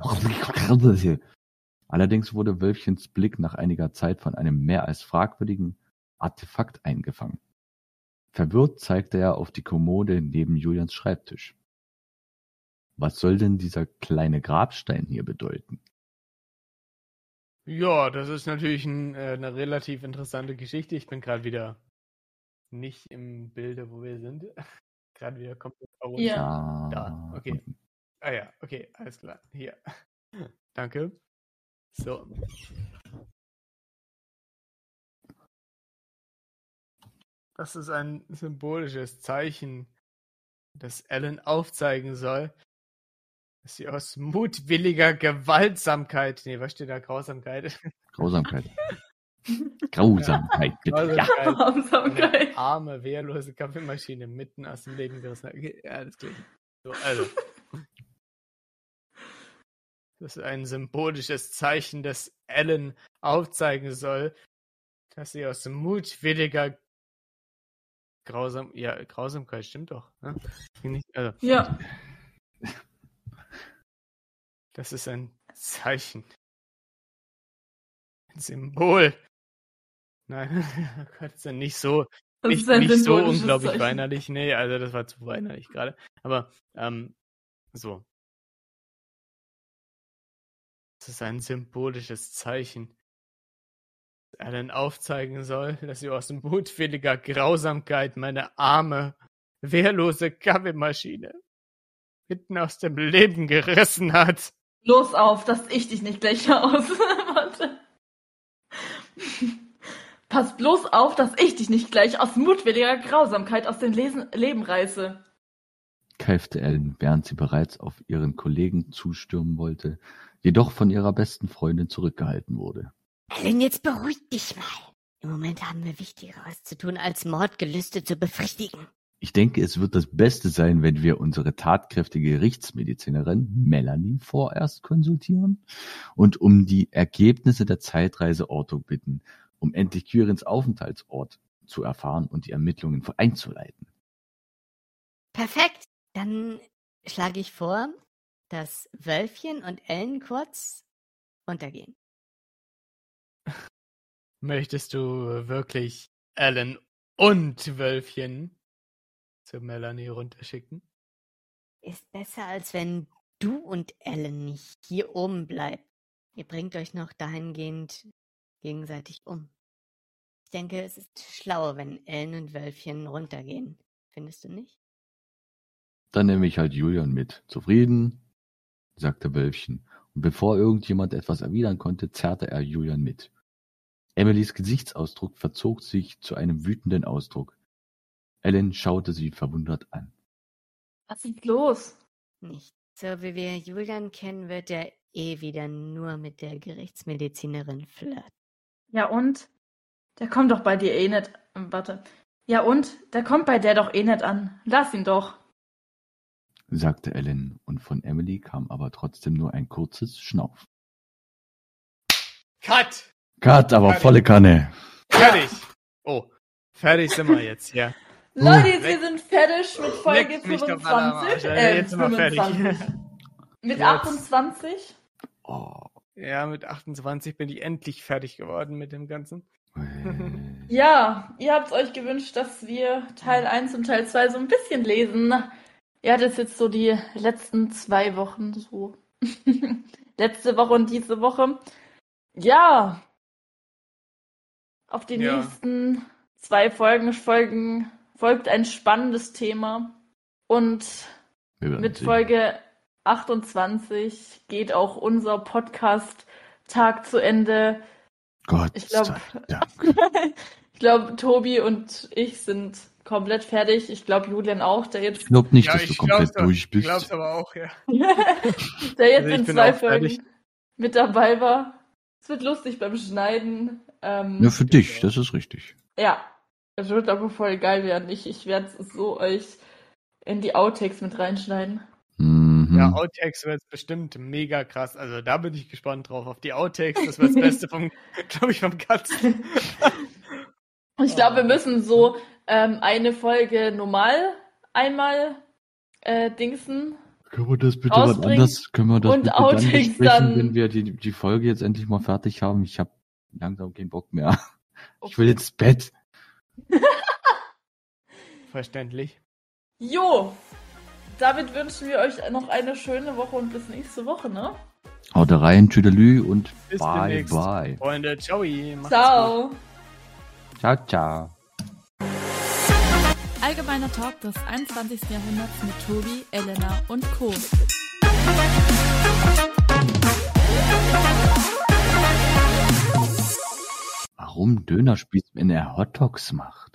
S3: allerdings wurde Wölfchens Blick nach einiger Zeit von einem mehr als fragwürdigen Artefakt eingefangen. Verwirrt zeigte er auf die Kommode neben Julians Schreibtisch. Was soll denn dieser kleine Grabstein hier bedeuten?
S2: Ja, das ist natürlich ein, äh, eine relativ interessante Geschichte. Ich bin gerade wieder nicht im Bilde, wo wir sind. Gerade wieder komplett verrutscht.
S1: Ja.
S2: Da, okay. Ah ja, okay, alles klar. Hier. Danke. So. Das ist ein symbolisches Zeichen, das Ellen aufzeigen soll, dass sie aus mutwilliger Gewaltsamkeit, nee, was steht da? Grausamkeit?
S3: Grausamkeit. Grausamkeit, bitte. Ja.
S1: Grausamkeit.
S2: Eine arme, wehrlose Kaffeemaschine mitten aus dem Leben gerissen hat. Okay, ja, das klingt. So, also. Das ist ein symbolisches Zeichen, das Ellen aufzeigen soll, dass sie aus mutwilliger Grausam, ja, Grausamkeit stimmt doch. Ne? Nicht, also,
S1: Ja.
S2: Das ist ein Zeichen. Ein Symbol. Nein, oh Gott, ist ja nicht so,
S1: Das
S2: nicht,
S1: ist ein
S2: nicht so
S1: symbolisches
S2: unglaublich
S1: Zeichen.
S2: weinerlich. Nee, also das war zu weinerlich gerade. Aber, ähm, so. Das ist ein symbolisches Zeichen, das Ellen aufzeigen soll, dass sie aus mutwilliger Grausamkeit meine arme, wehrlose Kaffeemaschine mitten aus dem Leben gerissen hat.
S1: Los auf, dass ich dich nicht gleich aus. Warte. Pass bloß auf, dass ich dich nicht gleich aus mutwilliger Grausamkeit aus dem Lesen Leben reiße.
S3: Keifte Ellen, während sie bereits auf ihren Kollegen zustürmen wollte, jedoch von ihrer besten Freundin zurückgehalten wurde.
S5: Ellen, jetzt beruhig dich mal. Im Moment haben wir Wichtigeres zu tun, als Mordgelüste zu befriedigen.
S3: Ich denke, es wird das Beste sein, wenn wir unsere tatkräftige Gerichtsmedizinerin Melanie vorerst konsultieren und um die Ergebnisse der Zeitreise Otto bitten, um endlich Quirins Aufenthaltsort zu erfahren und die Ermittlungen einzuleiten.
S5: Perfekt. Dann schlage ich vor, dass Wölfchen und Ellen kurz untergehen.
S2: Möchtest du wirklich Ellen und Wölfchen zu Melanie runterschicken?
S5: Ist besser, als wenn du und Ellen nicht hier oben bleibt. Ihr bringt euch noch dahingehend gegenseitig um. Ich denke, es ist schlauer, wenn Ellen und Wölfchen runtergehen. Findest du nicht?
S3: Dann nehme ich halt Julian mit. Zufrieden? Sagte Wölfchen. Und bevor irgendjemand etwas erwidern konnte, zerrte er Julian mit. Emilys Gesichtsausdruck verzog sich zu einem wütenden Ausdruck. Ellen schaute sie verwundert an.
S1: Was ist los?
S5: Nicht. So wie wir Julian kennen, wird er eh wieder nur mit der Gerichtsmedizinerin flirten.
S1: Ja und? Der kommt doch bei dir eh nicht. ähm, Warte. Ja und? Der kommt bei der doch eh nicht an. Lass ihn doch.
S3: Sagte Ellen, und von Emily kam aber trotzdem nur ein kurzes Schnauf.
S2: Cut!
S3: Cut, aber
S2: Fertig.
S3: volle Kanne.
S2: Fertig! Oh, fertig sind wir jetzt, ja.
S1: Leute, wir
S2: Leck-
S1: sind fertig mit Folge
S2: leck mich doch alle am Arsch,
S1: fünfundzwanzig.
S2: Alter.
S1: Äh,
S2: Jetzt sind wir fertig.
S1: fünfundzwanzig. Mit
S2: Jetzt.
S1: achtundzwanzig.
S3: Oh.
S2: Ja, mit achtundzwanzig bin ich endlich fertig geworden mit dem Ganzen.
S3: äh.
S1: Ja, ihr habt euch gewünscht, dass wir Teil eins und Teil zwei so ein bisschen lesen. Ihr hattet jetzt so die letzten zwei Wochen so. Letzte Woche und diese Woche. Ja. Auf die
S2: Ja.
S1: nächsten zwei Folgen, Folgen folgt ein spannendes Thema. Und
S3: Wir werden
S1: mit
S3: sehen.
S1: Folge achtundzwanzig geht auch unser Podcast-Tag zu Ende.
S3: Gott
S1: Ich glaub-
S3: sei Dank.
S1: Ich glaube, Tobi und ich sind komplett fertig. Ich glaube, Julian auch, der jetzt,
S3: Ich glaube nicht,
S2: Ja,
S3: dass du
S2: ich
S3: komplett
S2: glaub's, aber-
S3: durch
S2: ich
S3: bist.
S2: glaub's aber auch, ja.
S1: der jetzt
S2: Also ich
S1: in
S2: bin
S1: zwei
S2: auch fertig.
S1: Folgen mit dabei war. Es wird lustig beim Schneiden. Ähm,
S3: Ja, für dich, das ist richtig.
S1: ja, es wird aber voll geil werden. Ich, ich werde es so euch in die Outtakes mit reinschneiden.
S3: Mhm.
S2: Ja, Outtakes wird bestimmt mega krass. Also da bin ich gespannt drauf. Auf die Outtakes, das wird das Beste vom, glaube ich, vom Katzen.
S1: Ich glaube, wir müssen so ähm, eine Folge normal einmal äh, dingsen.
S3: Können wir das bitte was
S1: rausbringen
S3: anders, können wir das
S1: und
S3: bitte dann
S1: Outtakes
S3: besprechen,
S1: dann-
S3: wenn wir die, die Folge jetzt endlich mal fertig haben? Ich habe langsam keinen Bock mehr. Ich will ins Bett.
S2: Verständlich.
S1: Jo, damit wünschen wir euch noch eine schöne Woche und bis nächste Woche, ne?
S3: Haut rein, tschüdelü und
S2: Bis
S3: bye
S2: demnächst.
S3: bye.
S2: Freunde, ciao. Macht's gut.
S1: Ciao.
S3: Ciao, ciao.
S4: Allgemeiner Talk des einundzwanzigsten Jahrhunderts mit Tobi, Elena und Co.
S3: warum Dönerspieß, wenn er Hotdogs macht?